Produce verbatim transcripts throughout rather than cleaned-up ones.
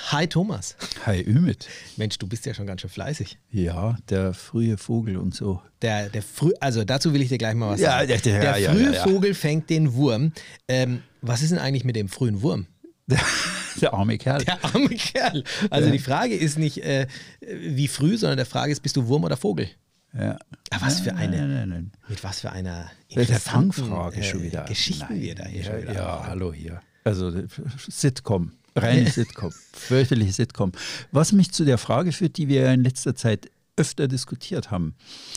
Hi Thomas. Hi Ümit. Mensch, du bist ja schon ganz schön fleißig. Ja, der frühe Vogel und so. Der, der früh, also dazu will ich dir gleich mal was ja, sagen. Der, der, der ja, frühe ja, ja. Vogel fängt den Wurm. Ähm, was ist denn eigentlich mit dem frühen Wurm? Der, der arme Kerl. Der arme Kerl. Also ja. Die Frage ist nicht, äh, wie früh, sondern der Frage ist, bist du Wurm oder Vogel? Ja. Aber was für eine, nein, nein, nein. mit was für einer der Fangfrage äh, schon wieder. Geschichten nein, wir da hier ja, schon wieder. Ja, hallo hier. Also Sitcom. Reine Sitcom, fürchterliche Sitcom. Was mich zu der Frage führt, die wir ja in letzter Zeit öfter diskutiert haben.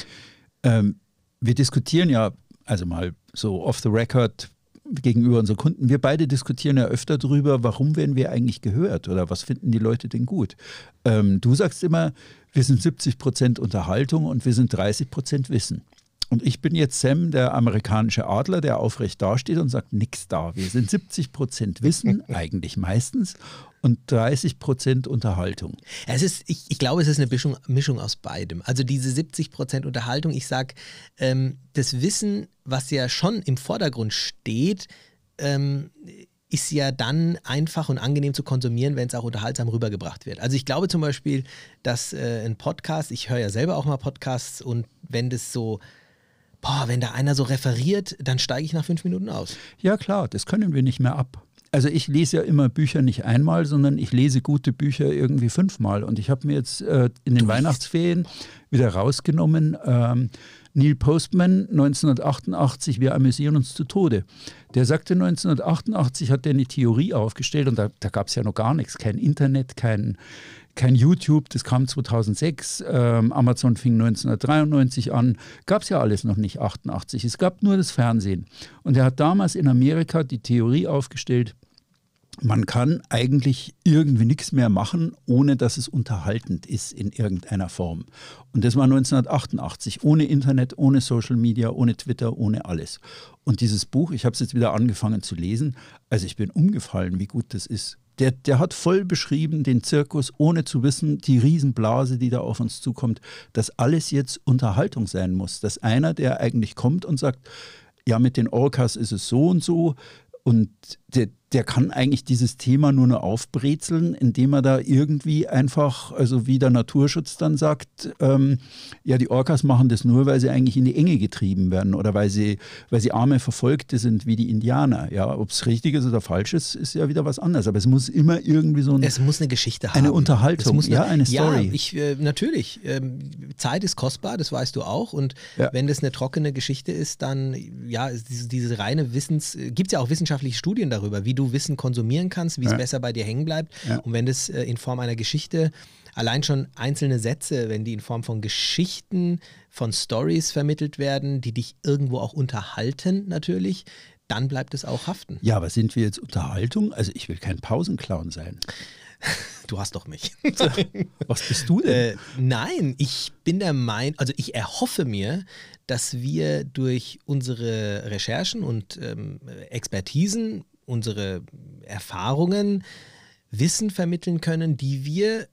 Ähm, wir diskutieren ja, also mal so off the record gegenüber unseren Kunden, wir beide diskutieren ja öfter darüber, warum werden wir eigentlich gehört oder was finden die Leute denn gut. Ähm, du sagst immer, wir sind siebzig Prozent Unterhaltung und wir sind dreißig Prozent Wissen. Und ich bin jetzt Sam, der amerikanische Adler, der aufrecht dasteht und sagt, nix da. Wir sind siebzig Prozent Wissen, eigentlich meistens, und dreißig Prozent Unterhaltung. Es ist, ich, ich glaube, es ist eine Mischung, Mischung aus beidem. Also diese siebzig Prozent Unterhaltung, ich sage, ähm, das Wissen, was ja schon im Vordergrund steht, ähm, ist ja dann einfach und angenehm zu konsumieren, wenn es auch unterhaltsam rübergebracht wird. Also ich glaube zum Beispiel, dass äh, ein Podcast, ich höre ja selber auch mal Podcasts, und wenn das so Boah, wenn da einer so referiert, dann steige ich nach fünf Minuten aus. Ja klar, das können wir nicht mehr ab. Also ich lese ja immer Bücher nicht einmal, sondern ich lese gute Bücher irgendwie fünfmal. Und ich habe mir jetzt äh, in den du Weihnachtsferien liest. wieder rausgenommen, ähm, Neil Postman, neunzehnhundertachtundachtzig, wir amüsieren uns zu Tode. Der sagte, neunzehnhundertachtundachtzig hat er eine Theorie aufgestellt, und da, da gab es ja noch gar nichts, kein Internet, kein... Kein YouTube, das kam zweitausendsechs, ähm, Amazon fing neunzehnhundertdreiundneunzig an, gab es ja alles noch nicht, achtundachtzig. Es gab nur das Fernsehen. Und er hat damals in Amerika die Theorie aufgestellt, man kann eigentlich irgendwie nichts mehr machen, ohne dass es unterhaltend ist in irgendeiner Form. Und das war neunzehnhundertachtundachtzig, ohne Internet, ohne Social Media, ohne Twitter, ohne alles. Und dieses Buch, ich habe es jetzt wieder angefangen zu lesen, also ich bin umgefallen, wie gut das ist. Der, der hat voll beschrieben den Zirkus, ohne zu wissen, die Riesenblase, die da auf uns zukommt, dass alles jetzt Unterhaltung sein muss. Dass einer, der eigentlich kommt und sagt, ja, mit den Orcas ist es so und so, und der, der kann eigentlich dieses Thema nur noch aufbrezeln, indem er da irgendwie einfach, also wie der Naturschutz dann sagt, ähm, ja, die Orcas machen das nur, weil sie eigentlich in die Enge getrieben werden oder weil sie, weil sie arme Verfolgte sind wie die Indianer. Ja, ob es richtig ist oder falsch ist, ist ja wieder was anderes. Aber es muss immer irgendwie so ein, es muss eine Geschichte haben. Eine Unterhaltung, es muss eine, ja, eine Story. Ja, ich, äh, natürlich. Ähm, Zeit ist kostbar, das weißt du auch. Und ja. wenn das eine trockene Geschichte ist, dann, ja, diese, diese reine Wissens, gibt es ja auch wissenschaftliche Studien darüber, wie du Wissen konsumieren kannst, wie ja. es besser bei dir hängen bleibt. Ja. Und wenn das äh, in Form einer Geschichte, allein schon einzelne Sätze, wenn die in Form von Geschichten, von Stories vermittelt werden, die dich irgendwo auch unterhalten natürlich, dann bleibt es auch haften. Ja, aber sind wir jetzt Unterhaltung? Also ich will kein Pausenclown sein. Du hast doch mich. Was bist du denn? Äh, nein, ich bin der Meinung, also ich erhoffe mir, dass wir durch unsere Recherchen und ähm, Expertisen, unsere Erfahrungen, Wissen vermitteln können, die wir,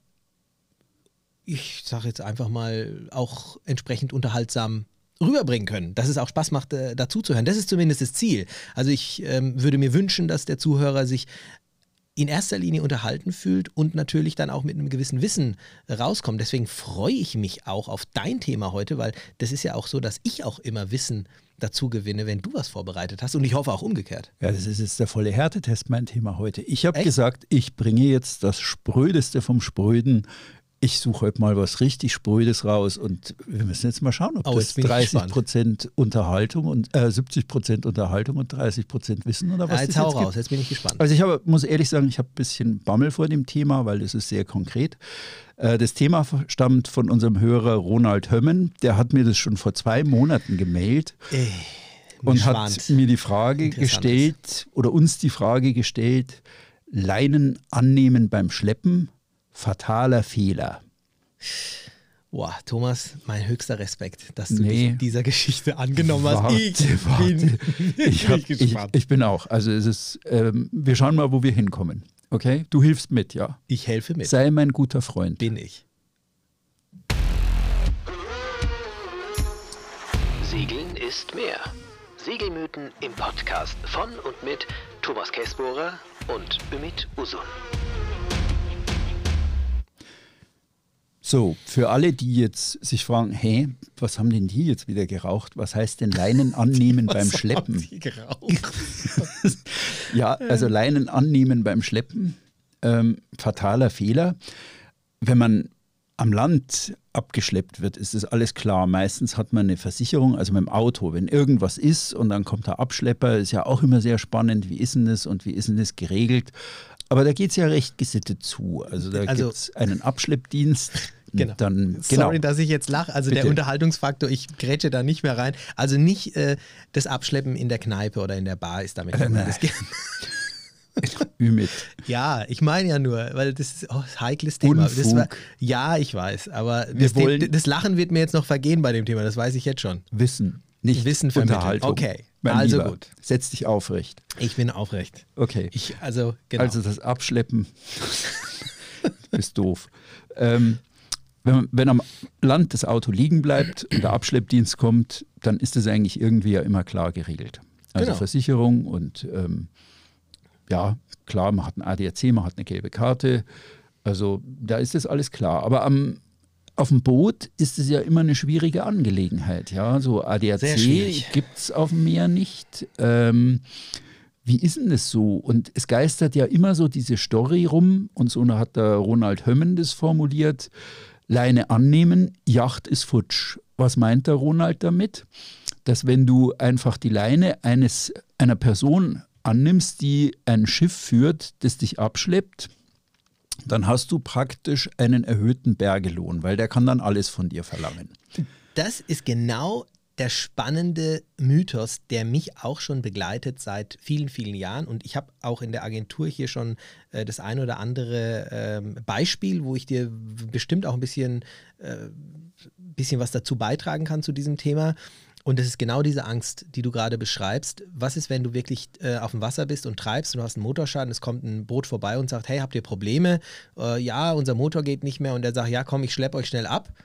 ich sage jetzt einfach mal, auch entsprechend unterhaltsam rüberbringen können, dass es auch Spaß macht, äh, dazu zu hören. Das ist zumindest das Ziel. Also ich ähm, würde mir wünschen, dass der Zuhörer sich in erster Linie unterhalten fühlt und natürlich dann auch mit einem gewissen Wissen rauskommt. Deswegen freue ich mich auch auf dein Thema heute, weil das ist ja auch so, dass ich auch immer Wissen dazu gewinne, wenn du was vorbereitet hast, und ich hoffe auch umgekehrt. Ja, das ist jetzt der volle Härtetest, mein Thema heute. Ich habe gesagt, ich bringe jetzt das Sprödeste vom Spröden. Ich suche heute mal was richtig Sprödes raus, und wir müssen jetzt mal schauen, ob oh, das dreißig Prozent Unterhaltung und äh, siebzig Prozent Unterhaltung und dreißig Prozent Wissen oder was ja, jetzt das hau jetzt raus, gibt. Jetzt bin ich gespannt. Also ich habe, muss ehrlich sagen, ich habe ein bisschen Bammel vor dem Thema, weil das ist sehr konkret. Äh, das Thema stammt von unserem Hörer Ronald Hömmen. Der hat mir das schon vor zwei Monaten gemailt Ey, und hat mir die Frage gestellt oder uns die Frage gestellt, Leinen annehmen beim Schleppen, fataler Fehler. Boah, Thomas, mein höchster Respekt, dass du nee. dich in dieser Geschichte angenommen hast. Warte, ich warte. bin ich, hab, ich, ich bin auch. Also es ist, ähm, wir schauen mal, wo wir hinkommen. Okay? Du hilfst mit, ja? Ich helfe mit. Sei mein guter Freund. Bin ich. Segeln ist mehr. Segelmythen im Podcast von und mit Thomas Kässbohrer und Ümit Usun. So, für alle, die jetzt sich fragen, hä, was haben denn die jetzt wieder geraucht? Was heißt denn Leinen annehmen beim Schleppen? Haben die geraucht? Ja, also Leinen annehmen beim Schleppen, ähm, fataler Fehler. Wenn man am Land abgeschleppt wird, ist das alles klar. Meistens hat man eine Versicherung, also mit dem Auto, wenn irgendwas ist und dann kommt der Abschlepper, ist ja auch immer sehr spannend, wie ist denn das und wie ist denn das geregelt? Aber da geht es ja recht gesittet zu. Also da Also, gibt es einen Abschleppdienst. Genau. Dann, genau. Sorry, dass ich jetzt lache. Also Bitte. der Unterhaltungsfaktor, ich grätsche da nicht mehr rein. Also nicht äh, das Abschleppen in der Kneipe oder in der Bar ist damit gemeint. Das geht- Ümit. Ja, ich meine ja nur, weil das ist oh, ein heikles Thema. Das Unfug. war, ja, ich weiß, aber Wir das, wollen- das Lachen wird mir jetzt noch vergehen bei dem Thema, das weiß ich jetzt schon. Wissen, nicht Wissen vermitteln. Unterhaltung. Okay, Mein also Lieber, gut. setz dich aufrecht. Ich bin aufrecht. Okay. Ich, also, genau. Also das Abschleppen ist doof. Ähm, wenn, wenn am Land das Auto liegen bleibt und der Abschleppdienst kommt, dann ist das eigentlich irgendwie ja immer klar geregelt. Also Genau. Versicherung und ähm, ja, klar, man hat ein A D A C, man hat eine gelbe Karte. Also da ist das alles klar. Aber am, auf dem Boot ist es ja immer eine schwierige Angelegenheit. Ja, so A D A Sehr C schwierig. gibt es auf dem Meer nicht. Ähm, wie ist denn das so? Und es geistert ja immer so diese Story rum, und so hat der Ronald Hömmen das formuliert: Leine annehmen, Yacht ist futsch. Was meint der Ronald damit? Dass wenn du einfach die Leine eines, einer Person annimmst, die ein Schiff führt, das dich abschleppt, dann hast du praktisch einen erhöhten Bergelohn, weil der kann dann alles von dir verlangen. Das ist genau der spannende Mythos, der mich auch schon begleitet seit vielen, vielen Jahren. Und ich habe auch in der Agentur hier schon äh, das ein oder andere ähm, Beispiel, wo ich dir bestimmt auch ein bisschen, äh, bisschen was dazu beitragen kann zu diesem Thema. Und das ist genau diese Angst, die du gerade beschreibst. Was ist, wenn du wirklich äh, auf dem Wasser bist und treibst und du hast einen Motorschaden, es kommt ein Boot vorbei und sagt, hey, habt ihr Probleme? Äh, ja, unser Motor geht nicht mehr. Und der sagt, ja, komm, ich schleppe euch schnell ab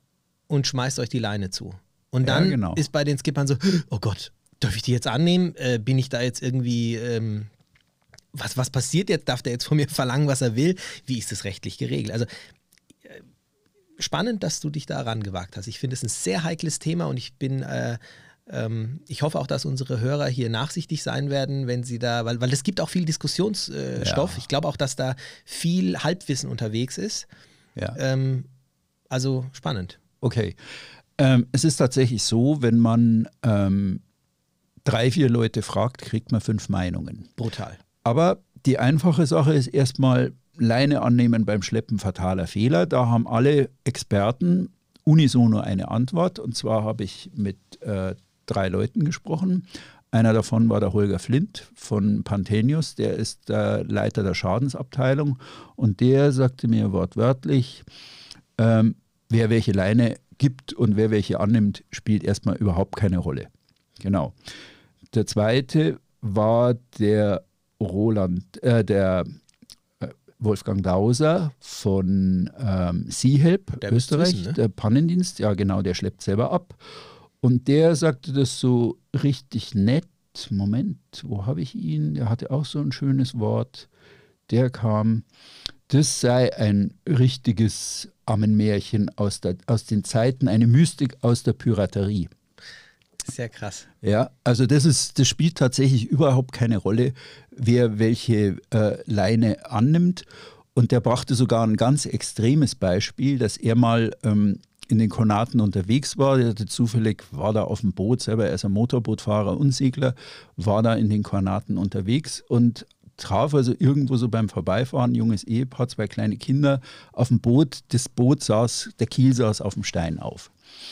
und schmeißt euch die Leine zu. Und dann Ja, genau. ist bei den Skippern so, oh Gott, darf ich die jetzt annehmen? Äh, bin ich da jetzt irgendwie, ähm, was, was passiert jetzt? Darf der jetzt von mir verlangen, was er will? Wie ist das rechtlich geregelt? Also äh, spannend, dass du dich da rangewagt hast. Ich finde es ein sehr heikles Thema und ich bin, äh, ähm, ich hoffe auch, dass unsere Hörer hier nachsichtig sein werden, wenn sie da, weil, weil es gibt auch viel Diskussionsstoff. Äh, Ja. Ich glaube auch, dass da viel Halbwissen unterwegs ist. Ja. Ähm, also spannend. Okay. Ähm, es ist tatsächlich so, wenn man ähm, drei, vier Leute fragt, kriegt man fünf Meinungen. Brutal. Aber die einfache Sache ist erstmal Leine annehmen beim Schleppen, fataler Fehler. Da haben alle Experten unisono eine Antwort. Und zwar habe ich mit äh, drei Leuten gesprochen. Einer davon war der Holger Flint von Panthenius, der ist der Leiter der Schadensabteilung. Und der sagte mir wortwörtlich, ähm, wer welche Leine gibt und wer welche annimmt, spielt erstmal überhaupt keine Rolle. Genau. Der zweite war der Roland, äh, der äh, Wolfgang Dauser von ähm, Seahelp, Der müsste Österreich, wissen, ne? der Pannendienst, ja genau, der schleppt selber ab. Und der sagte das so richtig nett. Moment, wo habe ich ihn? Der hatte auch so ein schönes Wort. Der kam, das sei ein richtiges Ammenmärchen aus, der, aus den Zeiten, eine Mystik aus der Piraterie. Sehr krass. Ja, also das ist, das spielt tatsächlich überhaupt keine Rolle, wer welche äh, Leine annimmt. Und der brachte sogar ein ganz extremes Beispiel, dass er mal ähm, in den Kornaten unterwegs war. Der hatte zufällig, war da auf dem Boot, selber er ist ein Motorbootfahrer und Segler, war da in den Kornaten unterwegs und traf also irgendwo so beim Vorbeifahren ein junges Ehepaar, zwei kleine Kinder auf dem Boot. Das Boot saß, der Kiel saß auf dem Stein auf.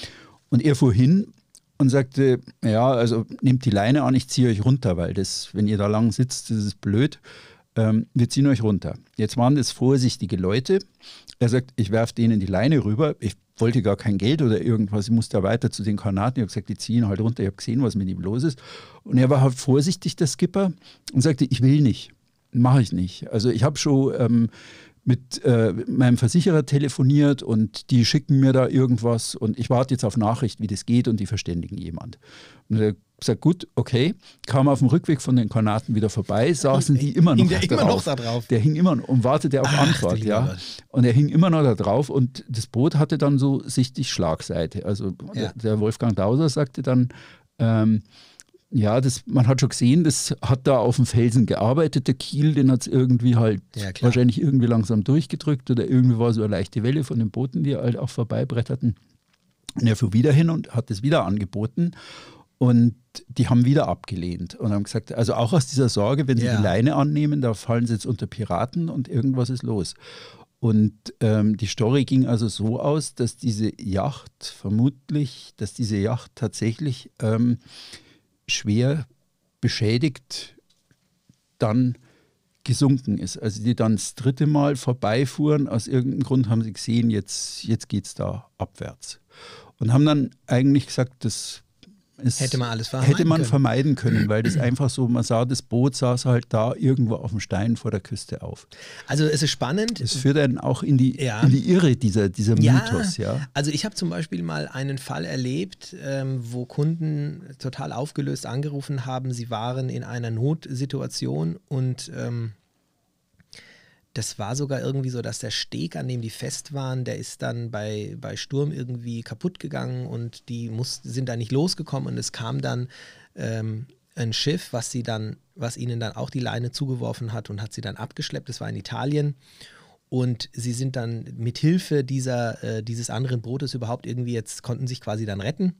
Und er fuhr hin und sagte, ja, also nehmt die Leine an, ich ziehe euch runter, weil das, wenn ihr da lang sitzt, das ist blöd. Ähm, wir ziehen euch runter. Jetzt waren das vorsichtige Leute. Er sagt, ich werfe denen die Leine rüber. Ich wollte gar kein Geld oder irgendwas. Ich musste weiter zu den Kornaten. Ich habe gesagt, die ziehen halt runter. Ich habe gesehen, was mit ihm los ist. Und er war halt vorsichtig, der Skipper, und sagte, ich will nicht. Mache ich nicht. Also ich habe schon ähm, mit äh, meinem Versicherer telefoniert und die schicken mir da irgendwas und ich warte jetzt auf Nachricht, wie das geht und die verständigen jemand. Und er gesagt, gut, okay, kam auf dem Rückweg von den Granaten wieder vorbei, saßen die immer noch, hing der immer noch da drauf. Der hing immer noch und wartete auf Ach, Antwort, ja. Gott. Und er hing immer noch da drauf und das Boot hatte dann so sichtlich Schlagseite. Also Ja. der, der Wolfgang Dauser sagte dann, ähm, ja, das, man hat schon gesehen, das hat da auf dem Felsen gearbeitet, der Kiel, den hat es irgendwie halt Ja, klar. wahrscheinlich irgendwie langsam durchgedrückt oder irgendwie war so eine leichte Welle von den Booten, die halt auch vorbeibretterten. Und er fuhr wieder hin und hat es wieder angeboten. Und die haben wieder abgelehnt und haben gesagt, also auch aus dieser Sorge, wenn sie Ja. die Leine annehmen, da fallen sie jetzt unter Piraten und irgendwas ist los. Und ähm, die Story ging also so aus, dass diese Yacht vermutlich, dass diese Yacht tatsächlich ähm, schwer beschädigt dann gesunken ist. Also die dann das dritte Mal vorbeifuhren, aus irgendeinem Grund haben sie gesehen, jetzt, jetzt geht es da abwärts. Und haben dann eigentlich gesagt, das ist, Hätte man alles vermeiden hätte man können. vermeiden können, weil das einfach so, man sah, das Boot saß halt da irgendwo auf dem Stein vor der Küste auf. Also es ist spannend. Es führt einen auch in die, Ja. in die Irre, dieser, dieser Ja, Mythos. Ja. also ich habe zum Beispiel mal einen Fall erlebt, ähm, wo Kunden total aufgelöst angerufen haben, sie waren in einer Notsituation und ähm, das war sogar irgendwie so, dass der Steg, an dem die fest waren, der ist dann bei, bei Sturm irgendwie kaputt gegangen und die muss, sind da nicht losgekommen und es kam dann ähm, ein Schiff, was sie dann, was ihnen dann auch die Leine zugeworfen hat und hat sie dann abgeschleppt. Das war in Italien. Und sie sind dann mit Hilfe dieser, äh, dieses anderen Bootes überhaupt irgendwie jetzt, konnten sich quasi dann retten.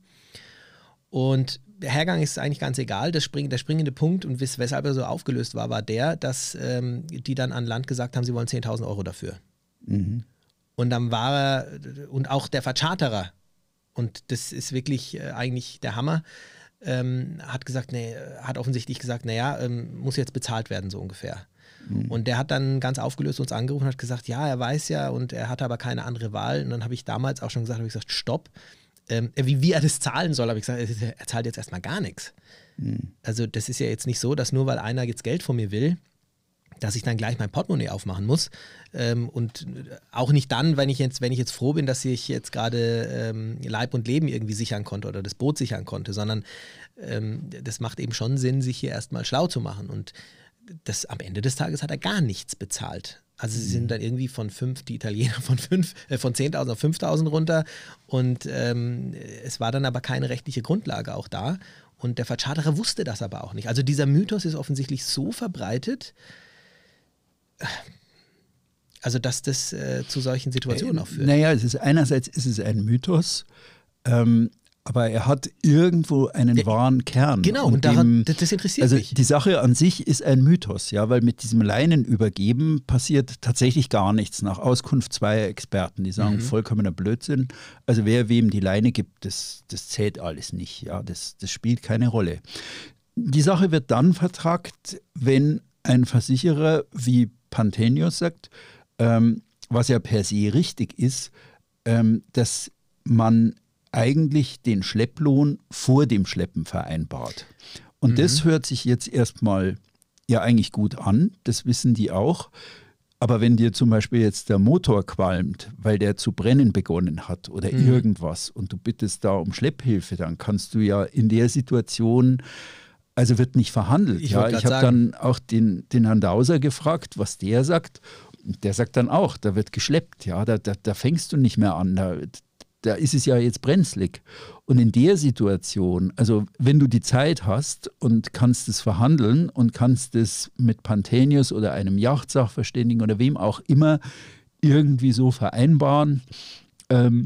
Und der Hergang ist eigentlich ganz egal. Das spring, der springende Punkt und wes weshalb er so aufgelöst war, war der, dass ähm, die dann an Land gesagt haben, sie wollen zehntausend Euro dafür. Mhm. Und dann war er, und auch der Vercharterer, und das ist wirklich äh, eigentlich der Hammer, ähm, hat gesagt, nee, hat offensichtlich gesagt, naja, ähm, muss jetzt bezahlt werden, so ungefähr. Mhm. Und der hat dann ganz aufgelöst uns angerufen und hat gesagt, ja, er weiß ja und er hatte aber keine andere Wahl. Und dann habe ich damals auch schon gesagt, habe ich gesagt, stopp. Ähm, wie, wie er das zahlen soll, habe ich gesagt, er zahlt jetzt erstmal gar nichts. Mhm. Also das ist ja jetzt nicht so, dass nur weil einer jetzt Geld von mir will, dass ich dann gleich mein Portemonnaie aufmachen muss. Ähm, und auch nicht dann, wenn ich jetzt, wenn ich jetzt froh bin, dass ich jetzt gerade ähm, Leib und Leben irgendwie sichern konnte oder das Boot sichern konnte, sondern ähm, das macht eben schon Sinn, sich hier erstmal schlau zu machen. Und das, am Ende des Tages hat er gar nichts bezahlt. Also sie sind dann irgendwie von fünf, die Italiener von fünf, äh, von zehntausend auf fünftausend runter und ähm, es war dann aber keine rechtliche Grundlage auch da und der Vercharterer wusste das aber auch nicht. Also dieser Mythos ist offensichtlich so verbreitet, also dass das äh, zu solchen Situationen auch führt. Naja, es ist einerseits ist es ein Mythos, ähm, aber er hat irgendwo einen Der, wahren Kern. Genau, und, und daran, dem, das interessiert also mich. Die Sache an sich ist ein Mythos, ja, weil mit diesem Leinenübergeben passiert tatsächlich gar nichts nach Auskunft zweier Experten, die sagen, mhm. vollkommener Blödsinn. Also wer wem die Leine gibt, das, das zählt alles nicht, ja, das, das spielt keine Rolle. Die Sache wird dann vertragt, wenn ein Versicherer wie Pantenius sagt, ähm, was ja per se richtig ist, ähm, dass man eigentlich den Schlepplohn vor dem Schleppen vereinbart. Und mhm. das hört sich jetzt erstmal ja eigentlich gut an, das wissen die auch. Aber wenn dir zum Beispiel jetzt der Motor qualmt, weil der zu brennen begonnen hat oder mhm. irgendwas und du bittest da um Schlepphilfe, dann kannst du ja in der Situation, also wird nicht verhandelt. Ich, ja. ich habe dann auch den, den Herrn Dauser gefragt, was der sagt. Der sagt dann auch, da wird geschleppt, ja, da, da, da fängst du nicht mehr an, da, da ist es ja jetzt brenzlig. Und in der Situation, also wenn du die Zeit hast und kannst es verhandeln und kannst es mit Pantenius oder einem Yachtsachverständigen oder wem auch immer irgendwie so vereinbaren, ähm,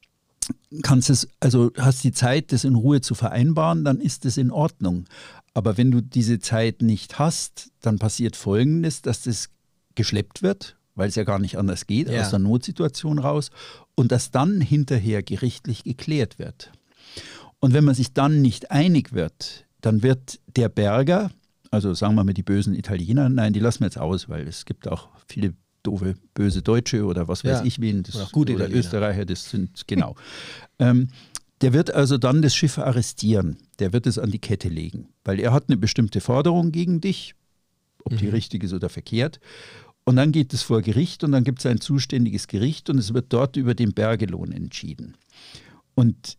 kannst es, also hast die Zeit, das in Ruhe zu vereinbaren, dann ist das in Ordnung. Aber wenn du diese Zeit nicht hast, dann passiert Folgendes, dass das geschleppt wird, weil es ja gar nicht anders geht, ja. aus der Notsituation raus, und das dann hinterher gerichtlich geklärt wird. Und wenn man sich dann nicht einig wird, dann wird der Berger, also sagen wir mal die bösen Italiener, nein, die lassen wir jetzt aus, weil es gibt auch viele doofe, böse Deutsche oder was weiß ja. ich wen, das, oder, oder Österreicher, das sind, genau. ähm, der wird also dann das Schiff arrestieren, der wird es an die Kette legen, weil er hat eine bestimmte Forderung gegen dich, ob mhm. die richtig ist oder verkehrt. Und dann geht es vor Gericht und dann gibt es ein zuständiges Gericht und es wird dort über den Bergelohn entschieden. Und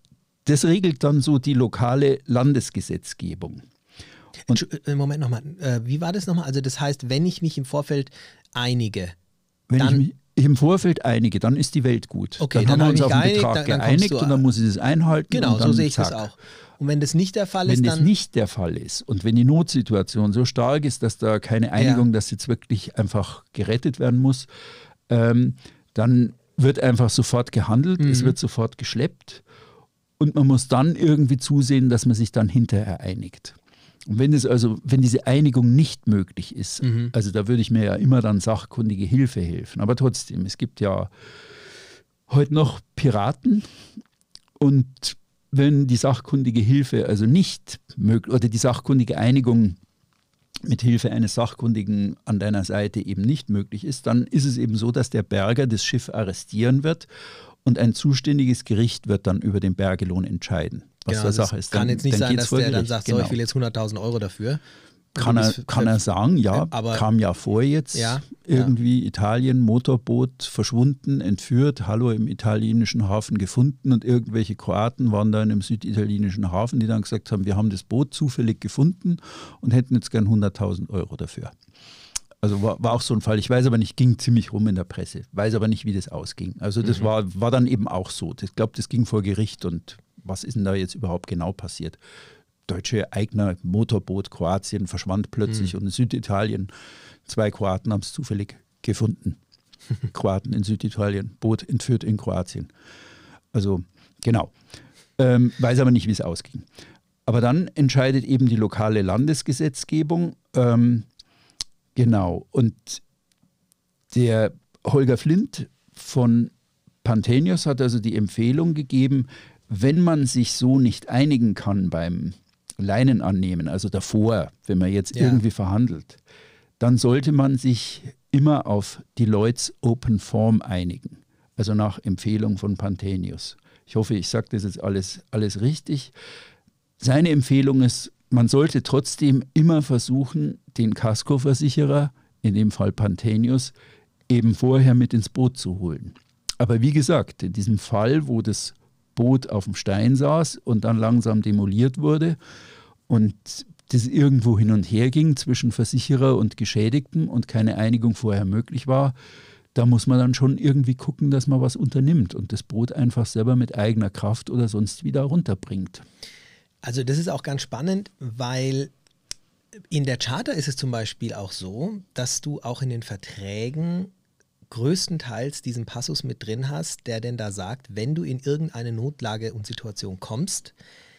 das regelt dann so die lokale Landesgesetzgebung. Und Moment nochmal, äh, wie war das nochmal? Also das heißt, wenn ich mich im Vorfeld einige, wenn dann... ich mich im Vorfeld einige, dann ist die Welt gut. Okay, dann, dann haben wir uns auf den geeinigt, Betrag dann, dann geeinigt du, und dann muss ich das einhalten. Genau, und dann so sehe ich zack. das auch. Und wenn das nicht der Fall wenn ist, das dann... nicht der Fall ist und wenn die Notsituation so stark ist, dass da keine Einigung, ja. dass jetzt wirklich einfach gerettet werden muss, ähm, dann wird einfach sofort gehandelt, mhm. es wird sofort geschleppt und man muss dann irgendwie zusehen, dass man sich dann hinterher einigt. Und wenn es also, wenn diese Einigung nicht möglich ist, mhm. also da würde ich mir ja immer dann sachkundige Hilfe helfen. Aber trotzdem, es gibt ja heute noch Piraten und wenn die sachkundige Hilfe also nicht möglich oder die sachkundige Einigung mit Hilfe eines Sachkundigen an deiner Seite eben nicht möglich ist, dann ist es eben so, dass der Berger das Schiff arrestieren wird und ein zuständiges Gericht wird dann über den Bergelohn entscheiden. Was genau, der Sache ist. Kann dann, jetzt nicht sein, dass der Gericht. dann sagt, genau. so, ich will jetzt hunderttausend Euro dafür. Kann er, kann er sagen, ja, aber, kam ja vor jetzt, ja, irgendwie ja. Italien, Motorboot verschwunden, entführt, hallo im italienischen Hafen gefunden und irgendwelche Kroaten waren da in einem süditalienischen Hafen, die dann gesagt haben, wir haben das Boot zufällig gefunden und hätten jetzt gern hunderttausend Euro dafür. Also war, war auch so ein Fall, ich weiß aber nicht, ging ziemlich rum in der Presse, weiß aber nicht, wie das ausging. Also das mhm. war, war dann eben auch so, ich glaube, das ging vor Gericht und was ist denn da jetzt überhaupt genau passiert? Deutsche Eigner, Motorboot, Kroatien verschwand plötzlich mhm. und in Süditalien, zwei Kroaten haben es zufällig gefunden. Kroaten in Süditalien, Boot entführt in Kroatien. Also genau, ähm, weiß aber nicht, wie es ausging. Aber dann entscheidet eben die lokale Landesgesetzgebung, ähm, genau, und der Holger Flindt von Panthenius hat also die Empfehlung gegeben, wenn man sich so nicht einigen kann beim Leinen annehmen, also davor, wenn man jetzt ja. irgendwie verhandelt, dann sollte man sich immer auf die Lloyd's Open Form einigen, also nach Empfehlung von Panthenius. Ich hoffe, ich sage das jetzt alles, alles richtig. Seine Empfehlung ist, man sollte trotzdem immer versuchen, den Kaskoversicherer, in dem Fall Panthenius, eben vorher mit ins Boot zu holen. Aber wie gesagt, in diesem Fall, wo das Boot auf dem Stein saß und dann langsam demoliert wurde und das irgendwo hin und her ging zwischen Versicherer und Geschädigten und keine Einigung vorher möglich war, da muss man dann schon irgendwie gucken, dass man was unternimmt und das Boot einfach selber mit eigener Kraft oder sonst wieder runterbringt. Also das ist auch ganz spannend, weil in der Charta ist es zum Beispiel auch so, dass du auch in den Verträgen größtenteils diesen Passus mit drin hast, der denn da sagt, wenn du in irgendeine Notlage und Situation kommst,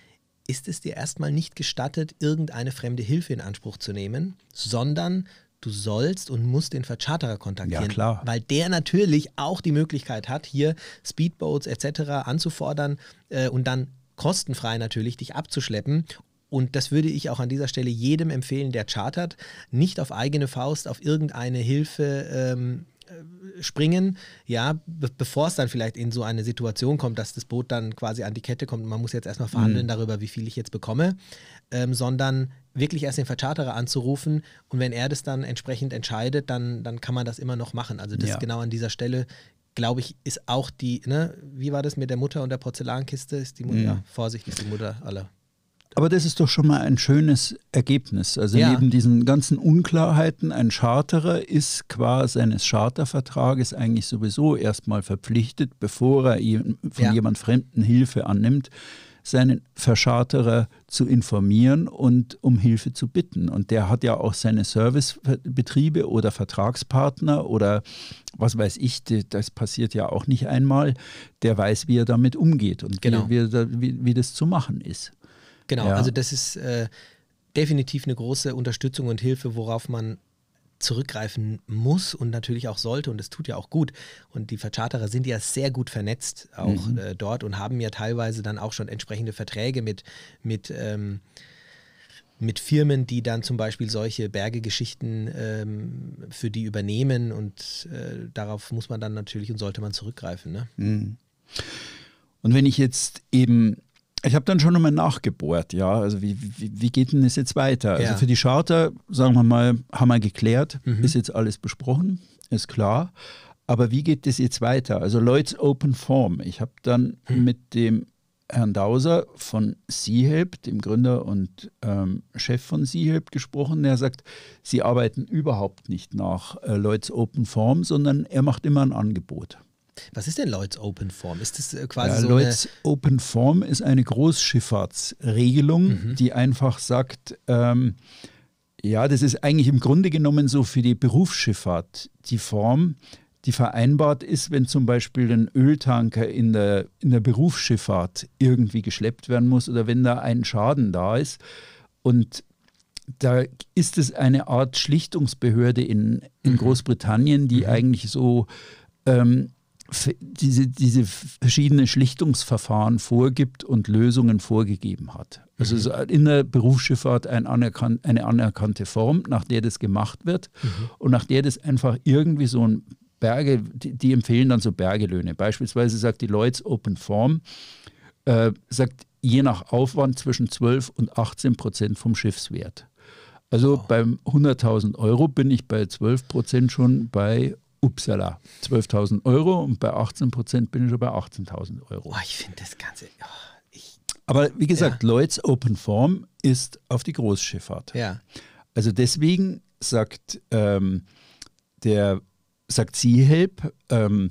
ist es dir erstmal nicht gestattet, irgendeine fremde Hilfe in Anspruch zu nehmen, sondern du sollst und musst den Vercharterer kontaktieren, ja, klar. weil der natürlich auch die Möglichkeit hat, hier Speedboats et cetera anzufordern äh, und dann kostenfrei natürlich dich abzuschleppen. Und das würde ich auch an dieser Stelle jedem empfehlen, der chartert, nicht auf eigene Faust auf irgendeine Hilfe ähm, springen, ja, be bevor es dann vielleicht in so eine Situation kommt, dass das Boot dann quasi an die Kette kommt und man muss jetzt erstmal verhandeln mhm. darüber, wie viel ich jetzt bekomme, ähm, sondern wirklich erst den Vercharterer anzurufen und wenn er das dann entsprechend entscheidet, dann, dann kann man das immer noch machen. Also das ja. genau an dieser Stelle, glaube ich, ist auch die, ne, wie war das mit der Mutter und der Porzellankiste? Ist die Mutter, mhm. ja, Vorsicht, ist die Mutter aller. Aber das ist doch schon mal ein schönes Ergebnis. Also ja. neben diesen ganzen Unklarheiten, ein Charterer ist qua seines Chartervertrages eigentlich sowieso erstmal verpflichtet, bevor er von ja. jemand Fremden Hilfe annimmt, seinen Verscharterer zu informieren und um Hilfe zu bitten. Und der hat ja auch seine Servicebetriebe oder Vertragspartner oder was weiß ich, das passiert ja auch nicht einmal, der weiß, wie er damit umgeht und genau. wie, wie, wie das zu machen ist. Genau, ja. also das ist äh, definitiv eine große Unterstützung und Hilfe, worauf man zurückgreifen muss und natürlich auch sollte und das tut ja auch gut. Und die Vercharterer sind ja sehr gut vernetzt auch mhm. äh, dort und haben ja teilweise dann auch schon entsprechende Verträge mit, mit, ähm, mit Firmen, die dann zum Beispiel solche Bergegeschichten ähm, für die übernehmen und äh, darauf muss man dann natürlich und sollte man zurückgreifen. Ne? Mhm. Und wenn ich jetzt eben Ich habe dann schon nochmal nachgebohrt, ja, also wie, wie, wie geht denn das jetzt weiter? Also ja. für die Charter, sagen wir mal, haben wir geklärt, mhm. ist jetzt alles besprochen, ist klar, aber wie geht das jetzt weiter? Also Lloyd's Open Form, ich habe dann mhm. mit dem Herrn Dauser von Seahelp, dem Gründer und ähm, Chef von Seahelp, gesprochen. Der sagt, sie arbeiten überhaupt nicht nach äh, Lloyd's Open Form, sondern er macht immer ein Angebot. Was ist denn Lloyd's Open Form? Ist das äh, quasi ja, so Lloyd's Open Form ist eine Großschifffahrtsregelung, mhm. die einfach sagt, ähm, ja, das ist eigentlich im Grunde genommen so für die Berufsschifffahrt die Form, die vereinbart ist, wenn zum Beispiel ein Öltanker in der, in der Berufsschifffahrt irgendwie geschleppt werden muss oder wenn da ein Schaden da ist. Und da ist es eine Art Schlichtungsbehörde in, in mhm. Großbritannien, die mhm. eigentlich so ähm, diese, diese verschiedenen Schlichtungsverfahren vorgibt und Lösungen vorgegeben hat. Also mhm. es ist in der Berufsschifffahrt ein anerkan- eine anerkannte Form, nach der das gemacht wird mhm. und nach der das einfach irgendwie so ein Berge, die, die empfehlen dann so Bergelöhne. Beispielsweise sagt die Lloyd's Open Form, äh, sagt je nach Aufwand zwischen zwölf und achtzehn Prozent vom Schiffswert. Also wow. beim hunderttausend Euro bin ich bei zwölf Prozent schon bei Upsala, zwölftausend Euro und bei achtzehn Prozent bin ich schon bei achtzehntausend Euro. Oh, ich finde das Ganze... Oh, ich, Aber wie gesagt, ja. Lloyd's Open Form ist auf die Großschifffahrt. Ja. Also deswegen sagt ähm, der sagt Seahelp, ähm,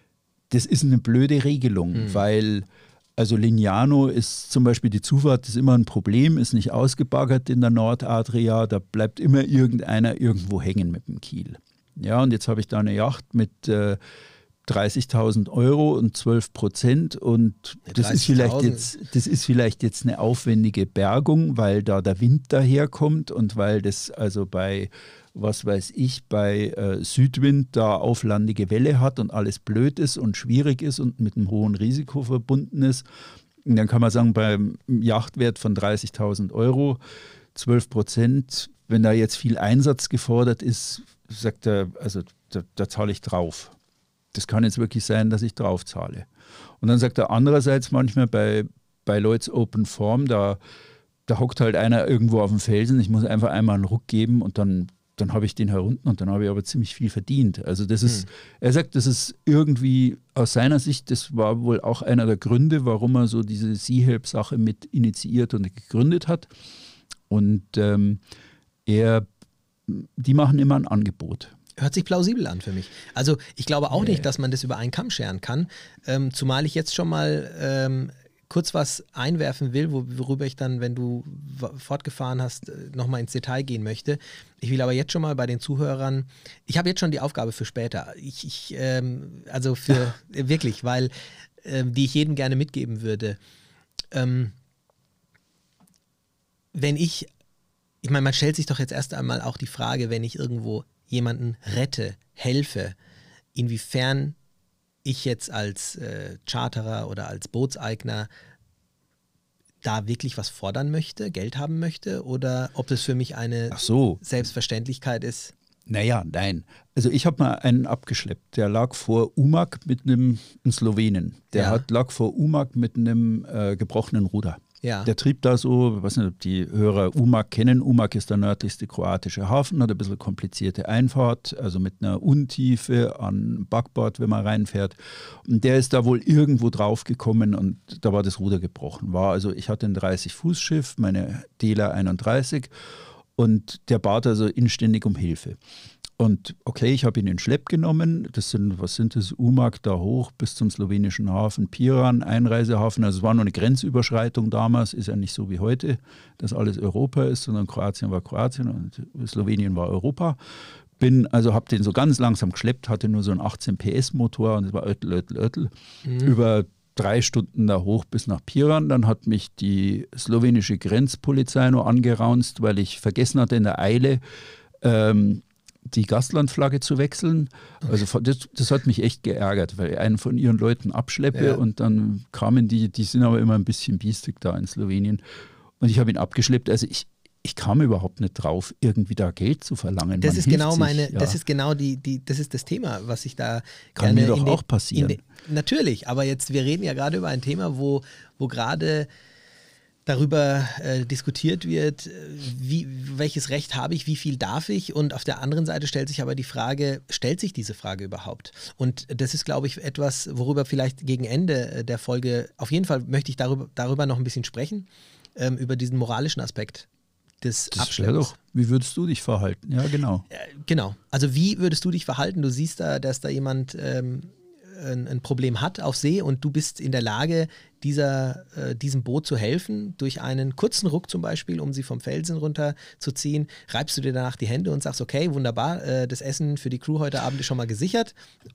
das ist eine blöde Regelung, mhm. weil also Lignano ist zum Beispiel, die Zufahrt ist immer ein Problem, ist nicht ausgebaggert in der Nordadria, da bleibt immer irgendeiner irgendwo hängen mit dem Kiel. Ja, und jetzt habe ich da eine Yacht mit äh, dreißigtausend Euro und zwölf Prozent und das ist, vielleicht jetzt, das ist vielleicht jetzt eine aufwendige Bergung, weil da der Wind daherkommt und weil das also bei, was weiß ich, bei äh, Südwind da auflandige Welle hat und alles blöd ist und schwierig ist und mit einem hohen Risiko verbunden ist. Und dann kann man sagen, beim Yachtwert von dreißigtausend Euro, zwölf Prozent, wenn da jetzt viel Einsatz gefordert ist, sagt er, also da, da zahle ich drauf. Das kann jetzt wirklich sein, dass ich drauf zahle. Und dann sagt er andererseits manchmal bei, bei Lloyd's Open Form, da, da hockt halt einer irgendwo auf dem Felsen, ich muss einfach einmal einen Ruck geben und dann, dann habe ich den herunten und dann habe ich aber ziemlich viel verdient. Also das ist, hm. er sagt, das ist irgendwie aus seiner Sicht, das war wohl auch einer der Gründe, warum er so diese Seahelp-Sache mit initiiert und gegründet hat. Und ähm, er, die machen immer ein Angebot. Hört sich plausibel an für mich. Also ich glaube auch nee. nicht, dass man das über einen Kamm scheren kann, ähm, zumal ich jetzt schon mal ähm, kurz was einwerfen will, wo, worüber ich dann, wenn du fortgefahren hast, nochmal ins Detail gehen möchte. Ich will aber jetzt schon mal bei den Zuhörern, ich habe jetzt schon die Aufgabe für später, ich, ich ähm, also für wirklich, weil ähm, die ich jedem gerne mitgeben würde. Ähm, wenn ich, ich meine, man stellt sich doch jetzt erst einmal auch die Frage, wenn ich irgendwo jemanden rette, helfe, inwiefern ich jetzt als äh, Charterer oder als Bootseigner da wirklich was fordern möchte, Geld haben möchte oder ob das für mich eine Ach so. Selbstverständlichkeit ist. Naja, nein. Also ich habe mal einen abgeschleppt, der lag vor Umag mit einem in Slowenen. Der Ja. hat, lag vor Umag mit einem äh, gebrochenen Ruder. Ja. Der trieb da so, ich weiß nicht, ob die Hörer Umag kennen. Umag ist der nördlichste kroatische Hafen, hat ein bisschen komplizierte Einfahrt, also mit einer Untiefe an Backbord, wenn man reinfährt. Und der ist da wohl irgendwo drauf gekommen und da war das Ruder gebrochen. War also, ich hatte ein dreißig Fuß Schiff, meine Dela einunddreißig und der bat also inständig um Hilfe. Und okay, ich habe ihn in Schlepp genommen. Das sind, was sind das, Umag da hoch bis zum slowenischen Hafen Piran, Einreisehafen. Also es war noch eine Grenzüberschreitung damals, ist ja nicht so wie heute, dass alles Europa ist, sondern Kroatien war Kroatien und Slowenien war Europa. Bin, also habe den so ganz langsam geschleppt, hatte nur so einen achtzehn P S Motor und es war Öttel, Öttel, Öttel. Mhm. Über drei Stunden da hoch bis nach Piran. Dann hat mich die slowenische Grenzpolizei noch angeraunzt, weil ich vergessen hatte in der Eile, ähm, die Gastlandflagge zu wechseln. Also das, das hat mich echt geärgert, weil ich einen von ihren Leuten abschleppe ja. und dann kamen die, die sind aber immer ein bisschen biestig da in Slowenien und ich habe ihn abgeschleppt. Also ich, ich kam überhaupt nicht drauf, irgendwie da Geld zu verlangen. Das Man ist genau sich, meine, ja. das ist genau die, die, das ist das Thema, was ich da kann gerne mir doch in den, auch passieren. In den, natürlich, aber jetzt, wir reden ja gerade über ein Thema, wo, wo gerade darüber äh, diskutiert wird, wie, welches Recht habe ich, wie viel darf ich, und auf der anderen Seite stellt sich aber die Frage, stellt sich diese Frage überhaupt? Und das ist, glaube ich, etwas, worüber vielleicht gegen Ende der Folge, auf jeden Fall möchte ich darüber, darüber noch ein bisschen sprechen, ähm, über diesen moralischen Aspekt des Das Abschleppens. wäre doch, wie würdest du dich verhalten? Ja, genau. Äh, genau, also wie würdest du dich verhalten? Du siehst da, dass da jemand ähm, ein, ein Problem hat auf See und du bist in der Lage, dieser, äh, diesem Boot zu helfen, durch einen kurzen Ruck zum Beispiel, um sie vom Felsen runterzuziehen. Reibst du dir danach die Hände und sagst, okay, wunderbar, äh, das Essen für die Crew heute Abend ist schon mal gesichert?